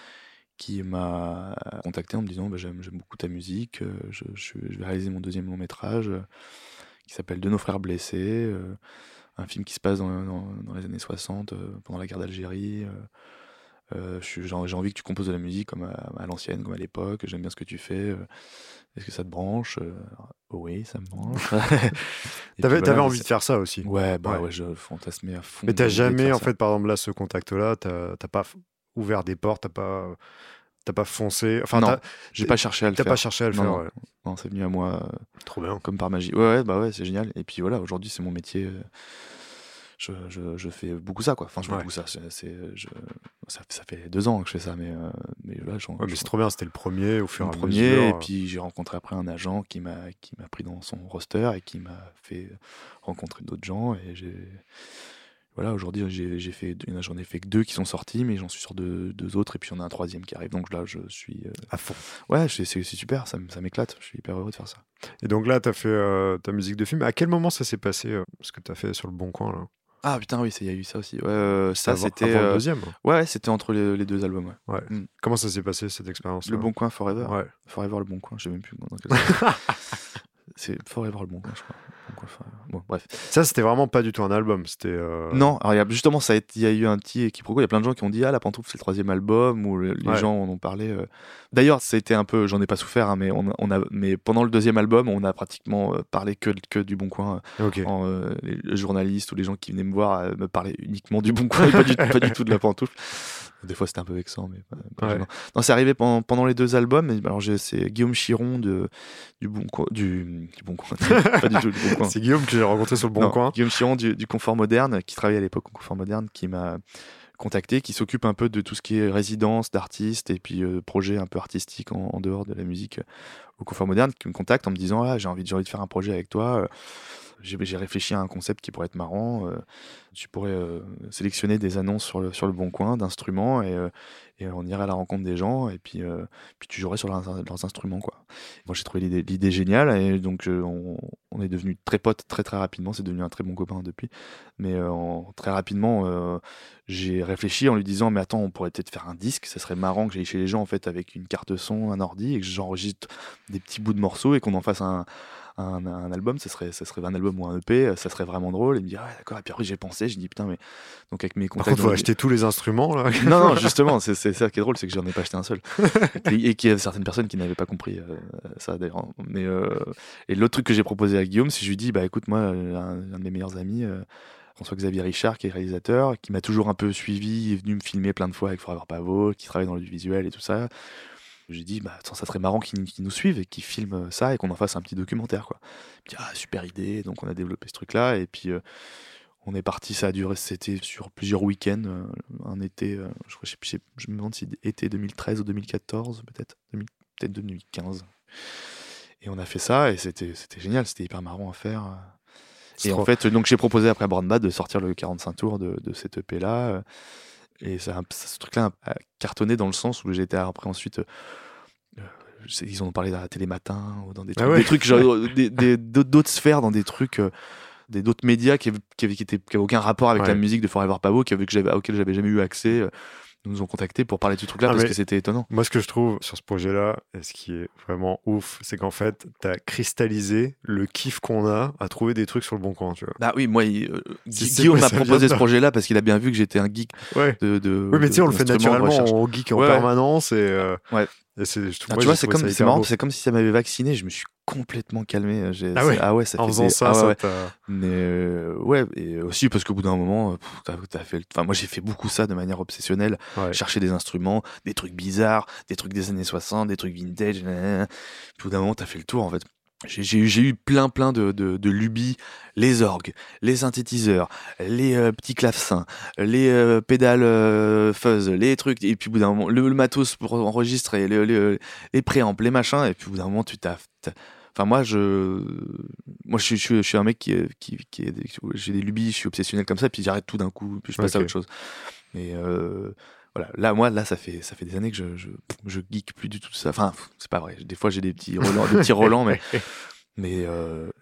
qui m'a contacté en me disant bah, j'aime, j'aime beaucoup ta musique, euh, je, je, je vais réaliser mon deuxième long métrage euh, qui s'appelle De nos frères blessés, euh, un film qui se passe dans, dans, dans les années soixante, euh, pendant la guerre d'Algérie. Euh, euh, je suis, j'ai, j'ai envie que tu composes de la musique comme à, à l'ancienne, comme à l'époque, j'aime bien ce que tu fais. Euh, est-ce que ça te branche? euh, Oui, ça me branche. Et T'avais, puis t'avais voilà, envie c'est- de faire ça aussi. Ouais, bah Ouais. ouais, je fantasmais à fond. Mais t'as de- l'idée de jamais, faire en ça. fait, par exemple, là, ce contact-là, t'as, t'as pas f- ouvert des portes, t'as pas, t'as pas foncé. Enfin, Non, t'as, j'ai pas cherché à le t'as faire. pas cherché à le Non, faire, non, ouais. non, c'est venu à moi euh, Trop bien. comme par magie. Ouais, ouais, bah ouais, c'est génial. Et puis voilà, aujourd'hui, c'est mon métier. euh, Je, je, je fais beaucoup ça, quoi. Enfin, je fais Ouais. beaucoup ça. C'est, c'est- je- ça. Ça fait deux ans que je fais ça, mais, euh, mais là, j'en, Ouais, mais j'en- c'est trop bien, c'était le premier au fur mon et à premier. mesure. Et euh. puis j'ai rencontré après un agent qui m'a, qui m'a pris dans son roster et qui m'a fait rencontrer d'autres gens. Et j'ai. Voilà, aujourd'hui, j'ai, j'ai fait, j'en ai fait que deux qui sont sortis, mais j'en suis sur deux, deux autres, et puis il y en a un troisième qui arrive. Donc là, je suis. euh, À fond. Ouais, c'est, c'est, c'est super, ça, m- ça m'éclate. Je suis hyper heureux de faire ça. Et donc là, t'as fait euh, ta musique de film. À quel moment ça s'est passé, euh, ce que t'as fait sur le Bon Coin, là? Ah putain, oui, il y a eu ça aussi. Ouais, euh, ça, Avant, c'était. avant le euh, deuxième. Ouais, ouais, c'était entre les, les deux albums. Ouais. Ouais. Mm. Comment ça s'est passé, cette expérience? Le Bon Coin Forever. Ouais. Forever le Bon Coin, je sais même plus dans quel sens. C'est Forever le Bon Coin, je crois. Bon Coin Forever. Bon, bref. Ça, c'était vraiment pas du tout un album. C'était. euh, Non, alors il y a, justement, ça a été- il y a eu un petit quiproquo. Il y a plein de gens qui ont dit ah la Pantoufle c'est le troisième album ou le- les Ouais. gens en ont parlé. euh. D'ailleurs, ça a été un peu, j'en ai pas souffert, hein, mais on, a- on a, mais pendant le deuxième album, on a pratiquement euh, parlé que que du Bon Coin. Ok. En, euh, les journalistes ou les gens qui venaient me voir euh, me parlaient uniquement du Bon Coin et pas du, pas du tout de la Pantoufle. Des fois c'était un peu vexant, mais pas, pas Ouais. gênant. Non, c'est arrivé pendant, pendant les deux albums. Et, alors j'ai- c'est Guillaume Chiron de du Bon Coin, du, du Bon Coin, pas du tout du Bon Coin. C'est Guillaume que j'ai rencontré sur le Bon Non, Coin. Guillaume Chiron du, du Confort Moderne, qui travaillait à l'époque au Confort Moderne, qui m'a contacté, qui s'occupe un peu de tout ce qui est résidence d'artistes et puis euh, projet un peu artistique en, en dehors de la musique euh, au Confort Moderne, qui me contacte en me disant ah, j'ai envie, j'ai envie de faire un projet avec toi. euh, J'ai, j'ai réfléchi à un concept qui pourrait être marrant. euh, tu pourrais euh, sélectionner des annonces sur le, sur le Bon Coin d'instruments et, euh, et on irait à la rencontre des gens et puis, euh, puis tu jouerais sur leurs, leurs instruments, quoi. Moi, j'ai trouvé l'idée, l'idée géniale et donc euh, on, on est devenus très potes très très rapidement. C'est devenu un très bon copain depuis. Mais euh, en- très rapidement, euh, j'ai réfléchi en lui disant mais attends, on pourrait peut-être faire un disque. Ça serait marrant que j'aille chez les gens en fait avec une carte son, un ordi et que j'enregistre des petits bouts de morceaux et qu'on en fasse un un, un album, ça serait, ça serait un album ou un E P, ça serait vraiment drôle. Et me dire, ouais, d'accord. Et puis après, j'ai pensé, j'ai dit, putain, mais. Donc, avec mes Par contacts. contre, faut dans- acheter tous les instruments, là. Non, non, justement, c'est, c'est ça qui est drôle, c'est que j'en ai pas acheté un seul. et, et qu'il y a certaines personnes qui n'avaient pas compris euh, ça, d'ailleurs. Mais, euh, et l'autre truc que j'ai proposé à Guillaume, c'est que je lui dis, bah écoute, moi, euh, un, un de mes meilleurs amis, euh, François-Xavier Richard, qui est réalisateur, qui m'a toujours un peu suivi, est venu me filmer plein de fois avec Forever Pavot, qui travaille dans le visuel et tout ça. J'ai dit, bah, attends, ça serait marrant qu'ils, qu'ils nous suivent et qu'ils filment ça et qu'on en fasse un petit documentaire, quoi. Il me dit, ah, super idée. Donc, on a développé ce truc-là. Et puis, euh, on est parti, ça a duré, c'était sur plusieurs week-ends, euh, un été, euh, je, crois, je, sais plus, je sais- je me demande si été deux mille treize ou deux mille quatorze, peut-être, deux mille peut-être deux mille quinze. Et on a fait ça et c'était, c'était génial, c'était hyper marrant à faire. C'est Et trop- en fait, donc j'ai proposé après à Born Bad de sortir le quarante-cinq tours de, de cet E P-là. euh, Et ça, ce truc-là a cartonné dans le sens où j'ai été après ensuite. euh, je sais, ils en ont parlé dans la Télématin ou dans des Ah trucs, ouais. des trucs genre, des, des- d'autres, d'autres sphères, dans des trucs, euh, des, d'autres médias qui avaient, qui avaient, qui étaient- qui avaient aucun rapport avec Ouais. la musique de Forever Pavot, qui avaient, que j'avais, auquel j'avais jamais eu accès. euh, nous ont contactés pour parler de ce truc-là Ah, parce mais- que c'était étonnant. Moi, ce que je trouve sur ce projet-là, et ce qui est vraiment ouf, c'est qu'en fait, t'as cristallisé le kiff qu'on a à trouver des trucs sur le Bon Coin, tu vois. Bah oui, moi, il- euh, C'est- Gu- c'est- Guillaume ouais, m'a ça vient proposé de ce là. projet-là parce qu'il a bien vu que j'étais un geek Ouais. de. de Oui, mais tu sais, on le fait d'instruments, de naturellement, recherche. on geek en Ouais, ouais. permanence et, euh, Ouais. et c'est, je trouve, Ah, moi, tu vois, j'ai c'est trouvé comme, ça c'est hyper marrant, beau. c'est comme si ça m'avait vacciné. Je me suis complètement calmé. J'ai- Ah c'est- ouais. ah ouais, ça En fait faisant des- ça, ah ouais, ça ouais. t'a- Mais euh, ouais, et aussi parce qu'au bout d'un moment, euh, pff, t'as, t'as fait. le- Enfin, moi, j'ai fait beaucoup ça de manière obsessionnelle. Ouais. Chercher des instruments, des trucs bizarres, des trucs des années soixante, des trucs vintage. nanana. Puis au bout d'un moment, t'as fait le tour en fait. J'ai, j'ai, eu- j'ai eu plein plein de, de, de lubies, les orgues, les synthétiseurs, les euh, petits clavecins, les euh, pédales euh, fuzz, les trucs, et puis au bout d'un moment, le, le matos pour enregistrer, le, le- les préampes, les machins, et puis au bout d'un moment, tu t'as... t'as- Enfin, moi, je, moi, je, suis- je, suis- je suis un mec qui, est- qui, qui est, j'ai des lubies, je suis obsessionnel comme ça, puis j'arrête tout d'un coup, puis je passe à Ok. autre chose. Mais euh, voilà, là, moi, là, ça fait, ça fait des années que je, je, je geek plus du tout de ça. Enfin, c'est pas vrai. Des fois, j'ai des petits relents, des petits relents, mais, mais euh,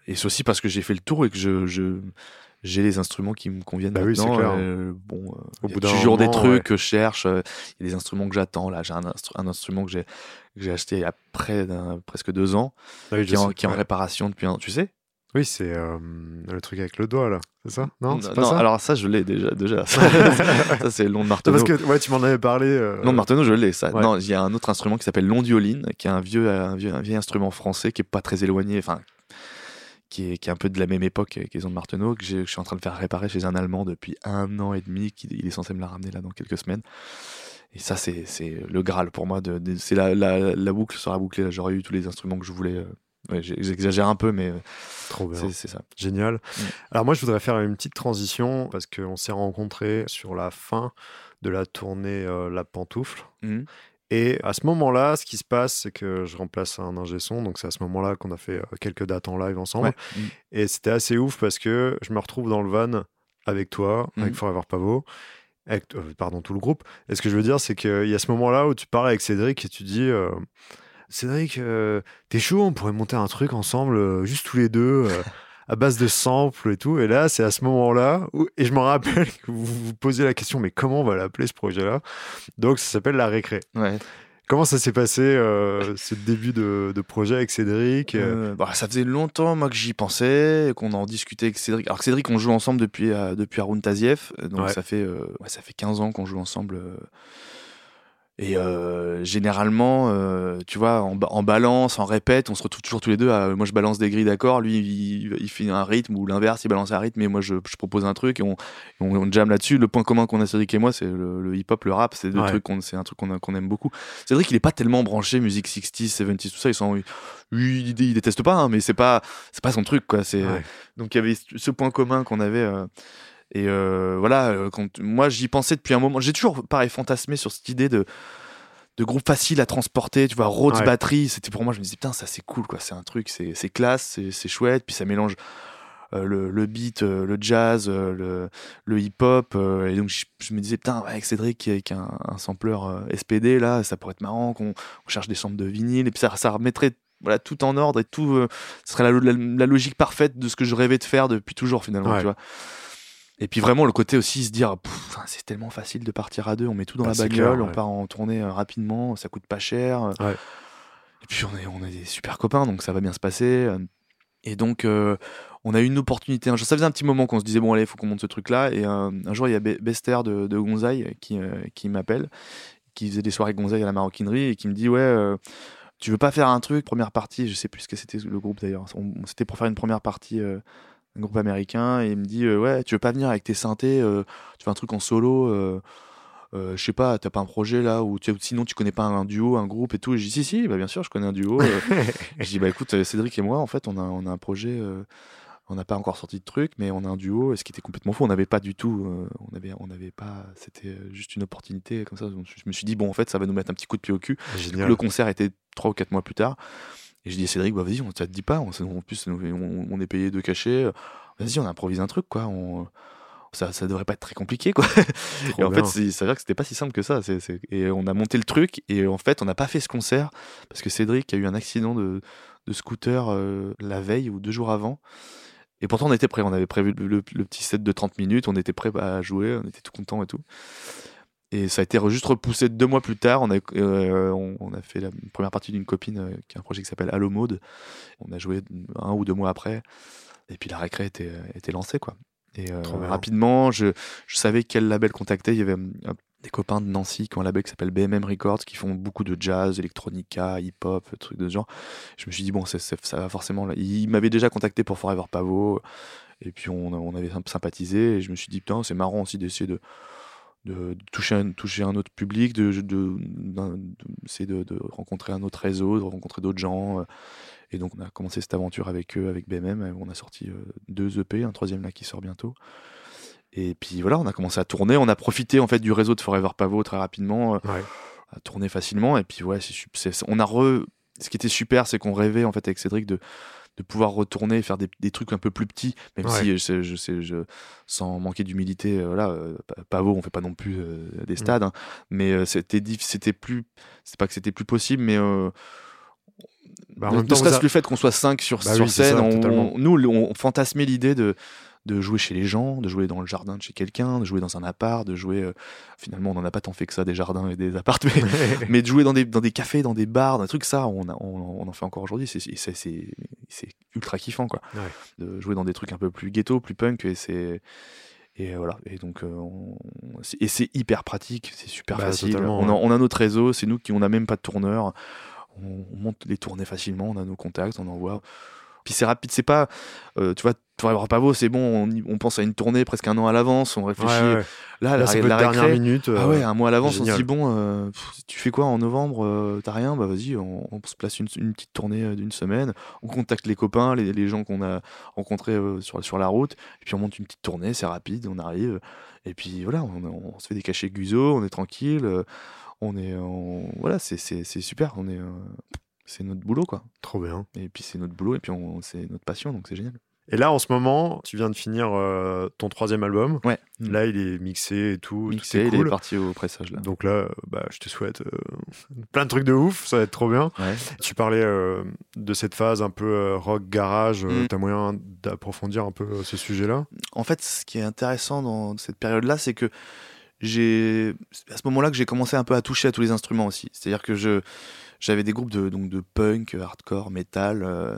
et c'est aussi parce que j'ai fait le tour et que je, je j'ai les instruments qui me conviennent bah maintenant. Oui, c'est clair. Euh, bon, euh, Au il y bout a d'un toujours moment, des trucs ouais. que je cherche. Il euh, y a des instruments que j'attends. Là, j'ai un, instru- un instrument que j'ai, que j'ai acheté il y a près d'un, presque deux ans, Ah oui, qui je est, en, sais. qui est en Ouais. réparation depuis un. Tu sais? Oui, c'est euh, le truc avec le doigt, là. C'est ça? Non, c'est Non, pas non, ça? alors ça, je l'ai déjà. déjà. Ça, ça, c'est Long de Non, parce Marteneau. que ouais, tu m'en avais parlé. euh, Long de Marteneau, je l'ai. Ça. Ouais. Non, il y a un autre instrument qui s'appelle l'ondioline, qui est un vieux, un vieux, un vieil instrument français qui est pas très éloigné. Enfin. Qui est, qui est un peu de la même époque que les ondes Marteneau, que, que je suis en train de faire réparer chez un Allemand depuis un an et demi, qui il est censé me la ramener là dans quelques semaines. Et ça, c'est, c'est le Graal pour moi. De, de, c'est la, la, la boucle sera bouclée. Là, j'aurais eu tous les instruments que je voulais. Euh, ouais, j'exagère un peu, mais Trop bien. c'est, c'est ça. Génial. Mm. Alors moi, je voudrais faire une petite transition parce qu'on s'est rencontrés sur la fin de la tournée euh, La Pantoufle. Mm. Et à ce moment-là, ce qui se passe, c'est que je remplace un ingé son. Donc c'est à ce moment-là qu'on a fait euh, quelques dates en live ensemble. Ouais. Mm. Et c'était assez ouf parce que je me retrouve dans le van avec toi, Mm. avec Forever Pavot. Avec, euh, pardon, tout le groupe. Et ce que je veux dire, c'est qu'il y a ce moment-là où tu parles avec Cédric et tu dis euh, Cédric, euh, t'es chaud, on pourrait monter un truc ensemble, euh, juste tous les deux, euh, à base de samples et tout. Et là, c'est à ce moment-là, où, et je me rappelle que vous vous posiez la question, mais comment on va l'appeler ce projet-là? Donc, ça s'appelle La Récré. Ouais. Comment ça s'est passé, euh, ce début de, de projet avec Cédric? Euh, bah, ça faisait longtemps moi que j'y pensais, qu'on en discutait avec Cédric. Alors que Cédric, on joue ensemble depuis euh, depuis Haroun Tazieff, donc Ouais. ça fait euh, ouais, ça fait quinze ans qu'on joue ensemble. Euh, et euh, généralement, euh, tu vois, en, ba- en balance, en répète, on se retrouve toujours tous les deux. À, moi, je balance des grilles d'accords, lui, il, il fait un rythme, ou l'inverse, il balance un rythme, et moi, je, je propose un truc, et on, on, on jam là-dessus. Le point commun qu'on a, Cédric et moi, c'est le, le hip-hop, le rap, c'est deux Ouais. trucs qu'on, c'est un truc qu'on, a- qu'on aime beaucoup. Cédric, il est pas tellement branché musique soixante, soixante-dix, tout ça. Ils sont, lui, il, il déteste pas, hein, mais c'est pas, c'est pas son truc, quoi. C'est, Ouais. donc il y avait ce point commun qu'on avait. Euh, et euh, voilà, euh, quand, moi, j'y pensais depuis un moment. J'ai toujours, pareil, fantasmé sur cette idée de de groupe facile à transporter, tu vois, Rhodes Ouais. batterie, c'était pour moi, je me disais putain, ça c'est cool, quoi, c'est un truc, c'est, c'est classe, c'est, c'est chouette, puis ça mélange euh, le, le beat, euh, le jazz, euh, le, le hip-hop, euh, et donc je, je me disais putain, ouais, avec Cédric, avec un, un sampleur euh, S P D, là, ça pourrait être marrant, qu'on on cherche des samples de vinyle, et puis ça, ça remettrait voilà, tout en ordre, et tout, euh, ce serait la, la, la logique parfaite de ce que je rêvais de faire depuis toujours, finalement, Ouais. tu vois. Et puis vraiment le côté aussi se dire pff, c'est tellement facile de partir à deux, on met tout dans Bah, la c'est bagnole, clair, on ouais. part en tournée euh, rapidement, ça coûte pas cher. euh, Ouais. Et puis on est on est des super copains, donc ça va bien se passer. euh. Et donc euh, on a eu une opportunité. un jour- Ça faisait un petit moment qu'on se disait bon allez, il faut qu'on monte ce truc-là. Et euh, un jour il y a Be- Bester de, de Gonzaï qui euh, qui m'appelle, qui faisait des soirées Gonzaï à la maroquinerie et qui me dit ouais. euh, tu veux pas faire un truc, première partie, je sais plus ce que c'était le groupe d'ailleurs. On, on- c'était pour faire une première partie, euh, un groupe américain, et il me dit euh, ouais, tu veux pas venir avec tes synthés, euh, tu fais un truc en solo, euh, euh, je sais pas, t'as pas un projet là, ou tu- sinon tu connais pas un duo, un groupe et tout. Et je dis si si, bah bien sûr, je connais un duo. euh. Je dis bah écoute, euh, Cédric et moi, en fait, on a on a un projet. euh, on n'a pas encore sorti de truc, mais on a un duo, ce qui était complètement faux. On n'avait pas du tout, euh, on avait, on n'avait pas, c'était euh, juste une opportunité comme ça. Donc, je me suis dit bon, en fait, ça va nous mettre un petit coup de pied au cul. Du coup, Génial. le concert était trois ou quatre mois plus tard. Et je dis à Cédric, bah vas-y, on ça te dit pas. On, en plus, on, on est payé de cachet. Vas-y, on improvise un truc, quoi. On, ça, ça devrait pas être très compliqué, quoi. Trop Et en bien. fait, c'est- ça veut dire que c'était pas si simple que ça. C'est, c'est- Et on a monté le truc. Et en fait, on n'a pas fait ce concert parce que Cédric a eu un accident de, de scooter euh, la veille ou deux jours avant. Et pourtant, on était prêts. On avait prévu le, le- le petit set de trente minutes. On était prêts à jouer. On était tout contents et tout. Et ça a été re- juste repoussé deux mois plus tard. On a, euh, on, on a fait la première partie d'une copine euh, qui a un projet qui s'appelle Allo Mode. On a joué un ou deux mois après. Et puis la récré était, était lancée, quoi. Et euh, Trop bien. rapidement, je, je savais quel label contacter. Il y avait euh, des copains de Nancy qui ont un label qui s'appelle B M M Records, qui font beaucoup de jazz, electronica, hip-hop, trucs de ce genre. Je me suis dit, bon, c'est, c'est- ça va forcément. Là. Ils m'avaient déjà contacté pour Forever Pavot. Et puis on, on avait sympathisé. Et je me suis dit, putain, c'est marrant aussi d'essayer de de, de toucher, un, toucher un autre public, de, de, d'un- de- c'est de, de rencontrer un autre réseau, de rencontrer d'autres gens. euh. Et donc on a commencé cette aventure avec eux, avec B M M. On a sorti euh, deux E P, un troisième là qui sort bientôt. Et puis voilà, on a commencé à tourner. On a profité en fait du réseau de Forever Pavot très rapidement, euh, Ouais. à tourner facilement. Et puis ouais, c'est, sup- c'est- c'est- on a re... Ce qui était super, c'est qu'on rêvait en fait avec Cédric de de pouvoir retourner et faire des, des trucs un peu plus petits, même Ouais. si je sais, je sais, je, sans manquer d'humilité, euh, voilà, euh, Pa- Pavot, on fait pas non plus euh, des stades, hein, mais euh, c'était diff- c'était plus, c'est pas que c'était plus possible, mais euh, Bah, en ne même temps, serait-ce vous a- que le fait qu'on soit cinq sur, Bah sur oui, c'est scène, ça, on, totalement. on- nous, on fantasmait l'idée de, de jouer chez les gens, de jouer dans le jardin de chez quelqu'un, de jouer dans un appart, de jouer. euh, finalement, on n'en a pas tant fait que ça, des jardins et des apparts, mais, mais de jouer dans des, dans des cafés, dans des bars, dans des trucs, ça, on, a- on, on en fait encore aujourd'hui. C'est, c'est, c'est, c'est ultra kiffant, quoi. Ouais. De jouer dans des trucs un peu plus ghetto, plus punk, et c'est. Et voilà, et donc euh, on- c'est- et c'est hyper pratique, c'est super Bah, facile. totalement, On a, ouais. on a notre réseau, c'est nous qui on n'a même pas de tourneur. On, on monte les tournées facilement, on a nos contacts, on envoie. Puis c'est rapide, c'est pas, euh, tu vois, pour avoir Pavo, c'est bon, on, y- on pense à une tournée presque un an à l'avance, on réfléchit. Ouais, ouais. Là, Là, la, ça la peut être dernière récré, minute. ah euh, ouais, un mois à l'avance, on se génial. dit bon, euh, pff, tu fais quoi en novembre, euh, t'as rien, bah vas-y, on, on se place une, une petite tournée euh, d'une semaine, on contacte les copains, les, les gens qu'on a rencontrés euh, sur, sur la route, et puis on monte une petite tournée, c'est rapide, on arrive, et puis voilà, on, on se fait des cachets Guzo, on est tranquille, euh, on est, on- voilà, c'est, c'est, c'est super, on est, euh, c'est notre boulot quoi, Trop bien. et puis c'est notre boulot, et puis on, c'est notre passion, donc c'est génial. Et là, en ce moment, tu viens de finir euh, ton troisième album. Ouais. Là, il est mixé et tout. Mixé, tout est il cool. est parti au pressage là. Donc là, euh, bah, je te souhaite euh, plein de trucs de ouf. Ça va être trop bien. Ouais. Tu parlais euh, de cette phase un peu euh, rock garage. Euh, Mm. T'as moyen d'approfondir un peu euh, ce sujet-là? En fait, ce qui est intéressant dans cette période-là, c'est que j'ai, à ce moment-là, que j'ai commencé un peu à toucher à tous les instruments aussi. C'est-à-dire que je, j'avais des groupes de, donc de punk, hardcore, metal, euh,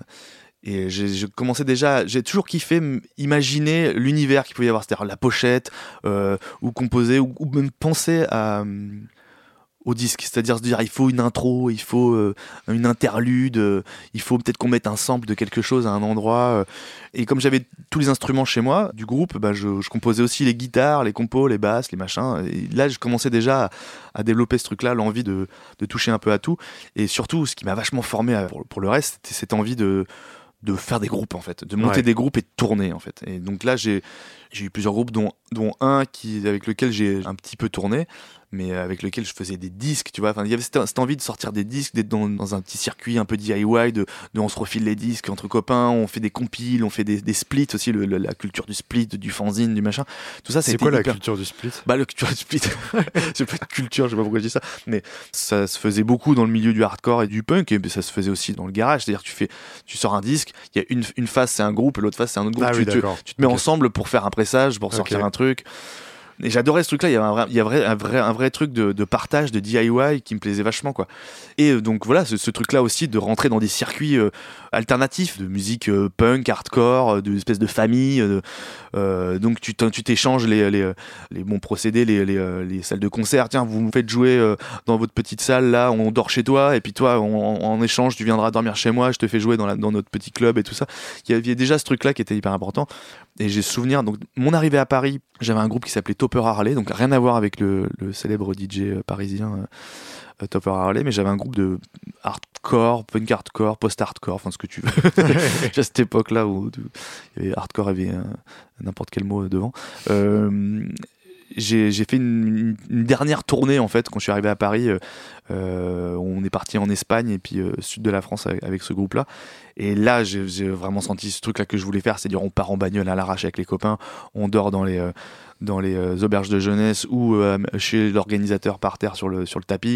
et j'ai, je commençais déjà, j'ai toujours kiffé m- imaginer l'univers qu'il pouvait y avoir, c'est-à-dire la pochette, euh, ou composer, ou, ou même penser à, hum, au disque, c'est-à-dire se dire il faut une intro, il faut euh, une interlude, euh, il faut peut-être qu'on mette un sample de quelque chose à un endroit. euh. Et comme j'avais tous les instruments chez moi du groupe, bah, je, je composais aussi les guitares, les compos, les basses, les machins. Et là, je commençais déjà à, à développer ce truc-là, l'envie de, de toucher un peu à tout. Et surtout, ce qui m'a vachement formé à- pour, pour le reste, c'était cette envie de de faire des groupes en fait, de monter Ouais. des groupes et de tourner en fait. Et donc là j'ai j'ai eu plusieurs groupes dont dont un qui avec lequel j'ai un petit peu tourné, mais avec lequel je faisais des disques, tu vois. Enfin, il y avait cette, cette envie de sortir des disques, d'être dans, dans un petit circuit un peu D I Y, de, de on se refile les disques entre copains, on fait des compiles, on fait des, des splits aussi, le, le- la culture du split, du fanzine, du machin. Tout ça, C'est c'était quoi la hyper- culture du split? bah, le culture du split, c'est pas de culture, je sais pas pourquoi je dis ça, mais ça se faisait beaucoup dans le milieu du hardcore et du punk, et ça se faisait aussi dans le garage. C'est-à-dire, tu fais, tu sors un disque, il y a une, une face c'est un groupe, et l'autre face c'est un autre groupe. Ah tu, oui, tu- d'accord. tu te mets Ok. ensemble pour faire un pressage, pour sortir Ok. un truc. Et j'adorais ce truc-là. Il y avait un vrai, il y a vrai, un vrai, un vrai truc de, de partage, de D I Y qui me plaisait vachement, quoi. Et euh, donc voilà, ce, ce truc-là aussi de rentrer dans des circuits euh, alternatifs de musique euh, punk, hardcore, euh, de espèces de famille. euh, euh, donc tu t'en- tu t'échanges les, les, les bons procédés, les, les, euh, les salles de concert. Tiens, vous me faites jouer euh, dans votre petite salle là, on dort chez toi, et puis toi, on- en échange, tu viendras dormir chez moi, je te fais jouer dans, la, dans notre petit club et tout ça. Il y avait déjà ce truc-là qui était hyper important. Et j'ai souvenir, donc mon arrivée à Paris, j'avais un groupe qui s'appelait Topper Harley, donc rien à voir avec le, le célèbre D J euh, parisien euh, euh, Topper Harley, mais j'avais un groupe de hardcore, punk hardcore, post-hardcore, enfin ce que tu veux. À cette époque-là où où il y avait hardcore avait euh, n'importe quel mot devant. Euh, j'ai, j'ai fait une, une dernière tournée en fait quand je suis arrivé à Paris. Euh, euh, on est parti en Espagne et puis euh, sud de la France avec, avec ce groupe-là. Et là, j'ai, j'ai vraiment senti ce truc-là que je voulais faire, c'est-à-dire on part en bagnole à l'arrache avec les copains, on dort dans les euh, dans les euh, auberges de jeunesse ou euh, chez l'organisateur par terre sur le sur le tapis.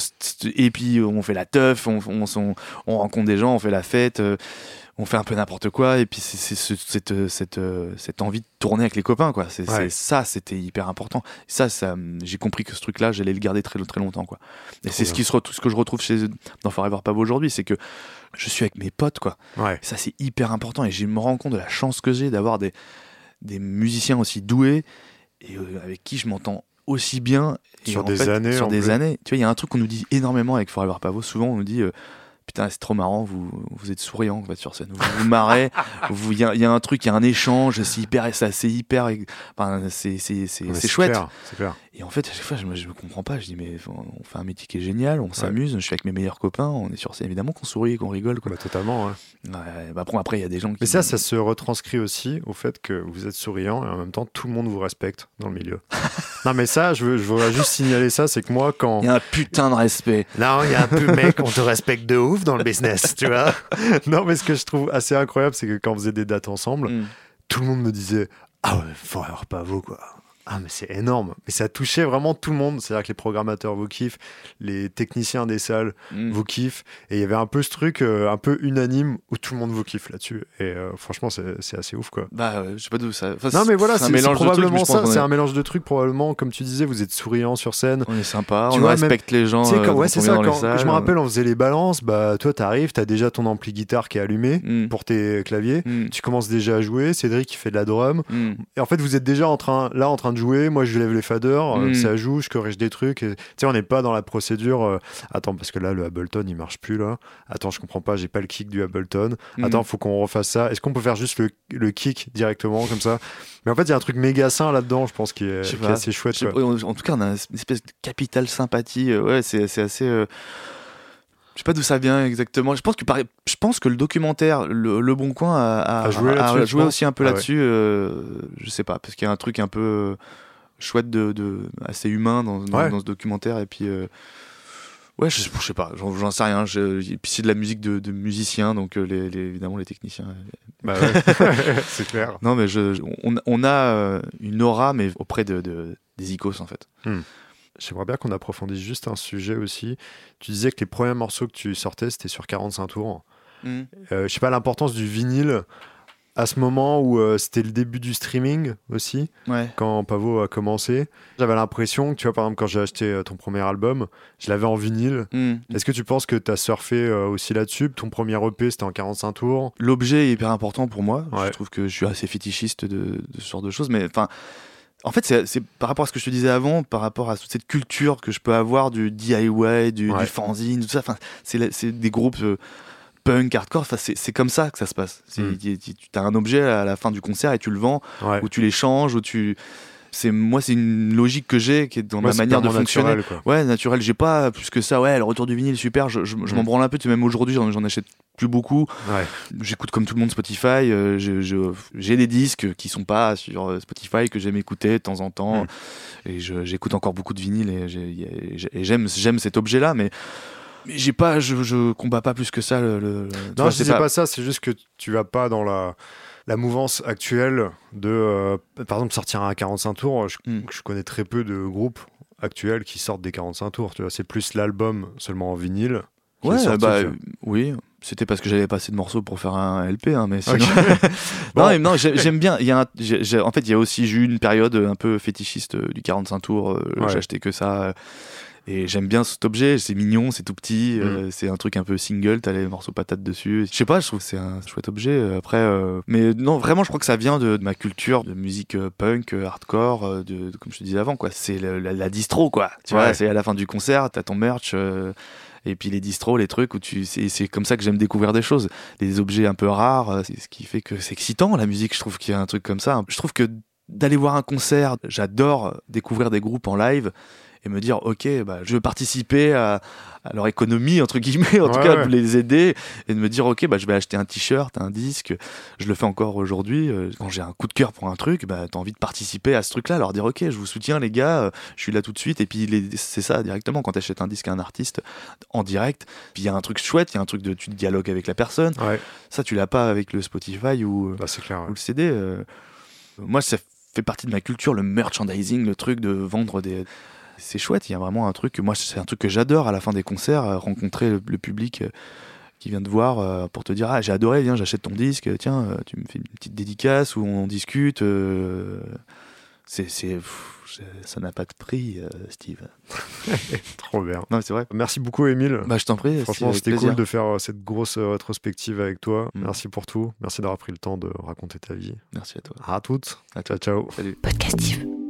Et puis on fait la teuf, on, on, on, on rencontre des gens, on fait la fête. Euh, on fait un peu n'importe quoi, et puis c'est, c'est ce- cette, cette, euh, cette envie de tourner avec les copains, quoi. C'est, Ouais. c'est ça, c'était hyper important. Ça, ça, j'ai compris que ce truc-là, j'allais le garder très, très longtemps, quoi. Et Trop c'est ce, bien. qui se re- ce que je retrouve chez, dans Forever Pavo aujourd'hui, c'est que je suis avec mes potes, quoi. Ouais. Et ça, c'est hyper important, et je me rends compte de la chance que j'ai d'avoir des, des musiciens aussi doués, et euh, avec qui je m'entends aussi bien. Et Sur en des fait, années, Sur en des plus. années. Tu vois, il y a un truc qu'on nous dit énormément avec Forever Pavo. Souvent, on nous dit... euh, Putain, c'est trop marrant, vous, vous êtes souriant en fait, sur scène, vous vous marrez, vous- il y, a- il y a un truc, il y a un échange, c'est hyper, ça, c'est hyper, enfin, c'est, c'est, c'est, Ouais, c'est chouette. clair, c'est clair. Et en fait, à chaque fois, je me, je me comprends pas, je dis, mais on fait un métier qui est génial, on s'amuse, je suis avec mes meilleurs copains, on est sur scène, évidemment qu'on sourit et qu'on rigole, quoi. Bah, totalement, ouais. Ouais, bah, après, après, il y a des gens qui. Mais ça, ça se retranscrit aussi au fait que vous êtes souriant et en même temps, tout le monde vous respecte dans le milieu. Non, mais ça, je, veux, je voudrais juste signaler ça, c'est que moi, quand... Il y a un putain de respect. Non, il y a un peu, mec, on te respecte de ouf dans le business, tu vois. Non, mais ce que je trouve assez incroyable, c'est que quand on faisait des dates ensemble, Mm. tout le monde me disait « Ah ouais, Forever Pavo, quoi. Ah, mais c'est énorme. Mais ça touchait vraiment tout le monde. C'est-à-dire que les programmateurs vous kiffent, les techniciens des salles Mm. vous kiffent. Et il y avait un peu ce truc euh, un peu unanime où tout le monde vous kiffe là-dessus. Et euh, franchement, c'est, c'est assez ouf, quoi. Bah, euh, je sais pas d'où ça. Enfin, Non, mais voilà, c'est un c'est, c'est mélange de trucs, probablement mais je pense ça. qu'on C'est est- un mélange de trucs, probablement. Comme tu disais, vous êtes souriant sur scène. On est sympa, Tu on vois, respecte les gens. Tu sais, euh, quand, quand ouais, on c'est vient ça. dans les Quand, salles. je me rappelle, on faisait les balances. Bah, toi, t'arrives, t'as déjà ton ampli guitare qui est allumé Mm. pour tes claviers. Mm. Tu commences déjà à jouer. Cédric, il fait de la drum. Mm. Et en fait, vous êtes déjà en train, là en train de jouer. Moi, je lève les faders, euh, Mm. ça joue, je corrige des trucs. Et, tu sais, on n'est pas dans la procédure. euh, Attends, parce que là, le Ableton, il marche plus là. Attends, je comprends pas, j'ai pas le kick du Ableton. Mm. Attends, faut qu'on refasse ça. Est-ce qu'on peut faire juste le, le kick directement comme ça? Mais en fait, il y a un truc méga sain là-dedans, je pense, qui est, Je sais qui est pas. assez chouette. Je sais quoi. pas, en en tout cas, on a une espèce de capital sympathie. euh, Ouais, c'est c'est assez. euh, Je sais pas d'où ça vient exactement. Je pense que, pareil, je pense que le documentaire, le, Le Bon Coin, a, a- A joué a- là-dessus, a tu joué penses aussi un peu Ah ouais. là-dessus. euh, je sais pas, parce qu'il y a un truc un peu euh, chouette, de, de, assez humain dans, dans, Ouais. dans ce documentaire. Et puis, euh, ouais, je, je sais pas, j'en, j'en sais rien. Je, et puis c'est de la musique de, de musiciens, donc euh, les, les- évidemment les techniciens. euh, Bah ouais, c'est clair. Non, mais je, je- on, on a euh, une aura, mais auprès de, de- des icos en fait. J'aimerais bien qu'on approfondisse juste un sujet aussi. Tu disais que les premiers morceaux que tu sortais, c'était sur quarante-cinq tours. Euh, je sais pas l'importance du vinyle à ce moment où euh, c'était le début du streaming aussi, Ouais. quand Pavo a commencé. J'avais l'impression que, tu vois, par exemple, quand j'ai acheté euh, ton premier album, je l'avais en vinyle. Mm. Est-ce que tu penses que tu as surfé euh, aussi là-dessus? Ton premier E P, c'était en quarante-cinq tours. L'objet est hyper important pour moi. Ouais. Je trouve que je suis assez fétichiste de, de ce genre de choses. Mais enfin, en fait, c'est, c'est par rapport à ce que je te disais avant, par rapport à toute cette culture que je peux avoir du D I Y, du, Ouais. du fanzine, tout ça. Enfin, c'est, la- c'est des groupes euh, punk, hardcore. Enfin, c'est, c'est comme ça que ça se passe. C'est, Mm. tu, tu as un objet à la fin du concert et tu le vends, Ouais. ou tu l'échanges, ou tu. C'est, moi, c'est une logique que j'ai qui est dans Ouais, ma c'est manière de purement fonctionner. naturel, quoi. Ouais, naturel. J'ai pas plus que ça. Ouais, le retour du vinyle, super. Je, je, je m'en Mm. branle un peu. Tu sais, même aujourd'hui, j'en, j'en achète plus beaucoup. Ouais. J'écoute comme tout le monde Spotify. euh, je- je- j'ai des disques qui sont pas sur euh, Spotify que j'aime écouter de temps en temps. Mm. Et je- j'écoute encore beaucoup de vinyle et, j'ai- y a- et j'aime, j'aime cet objet-là. Mais, mais j'ai pas, je, je combats pas plus que ça. Le, le- tu Non, vois, je c'est disais pas... ça, c'est juste que tu vas pas dans la, la mouvance actuelle de, euh, par exemple, sortir un quarante-cinq tours. Je, Mm. je connais très peu de groupes actuels qui sortent des quarante-cinq tours. Tu vois, c'est plus l'album seulement en vinyle. qui est Ouais, sorti, bah tu vois. oui. C'était parce que j'avais pas assez de morceaux pour faire un L P, hein, mais sinon. Ok. non, Bon. mais non, j'ai- j'aime bien. Il y a un- j'ai- j'ai- en fait, il y a aussi j'ai eu une période un peu fétichiste euh, du quarante-cinq tours. euh, Ouais. J'ai acheté que ça. euh, Et j'aime bien cet objet, c'est mignon, c'est tout petit, Mm. euh, c'est un truc un peu single, t'as les morceaux patates dessus. Je sais pas, je trouve que c'est un chouette objet. euh, Après, euh, mais non, vraiment, je crois que ça vient de, de ma culture de musique euh, punk, euh, hardcore, euh, de, de- comme je te disais avant, quoi. C'est le- la, la distro, quoi. Tu Ouais. vois, c'est à la fin du concert, t'as ton merch. euh, Et puis les distros, les trucs où tu, c'est, c'est comme ça que j'aime découvrir des choses, des objets un peu rares. euh, C'est ce qui fait que c'est excitant la musique. Je trouve qu'il y a un truc comme ça. Je trouve que d'aller voir un concert, j'adore découvrir des groupes en live et me dire ok, bah, je veux participer à, à leur économie entre guillemets, en tout Ouais, cas ouais. de les aider et de me dire ok, bah, je vais acheter un t-shirt, un disque. Je le fais encore aujourd'hui. euh, Quand j'ai un coup de cœur pour un truc, bah, t'as envie de participer à ce truc-là, leur dire ok, je vous soutiens les gars, euh, je suis là tout de suite. Et puis les- c'est ça directement quand t'achètes un disque à un artiste en direct. Puis il y a un truc chouette, il y a un truc de tu dialogues avec la personne. Ouais, Ça tu l'as pas avec le Spotify ou, bah, c'est clair. ou Ouais. le C D. euh. Moi ça fait partie de ma culture, le merchandising, le truc de vendre des. C'est chouette, il y a vraiment un truc. Moi c'est un truc que j'adore à la fin des concerts, euh, rencontrer le, le public. euh, qui vient te voir euh, pour te dire ah j'ai adoré, viens j'achète ton disque, tiens euh, tu me fais une petite dédicace ou on discute. euh, c'est, c'est, pff, c'est- ça n'a pas de prix, euh, Steve. Trop bien. Non mais c'est vrai. Merci beaucoup, Émile. Bah je t'en prie. Franchement, avec c'était plaisir. cool de faire euh, cette grosse euh, rétrospective avec toi. Mm. Merci pour tout. Merci d'avoir pris le temps de raconter ta vie. Merci à toi. À toutes. À Ciao, toi. ciao. Salut. Podcastive.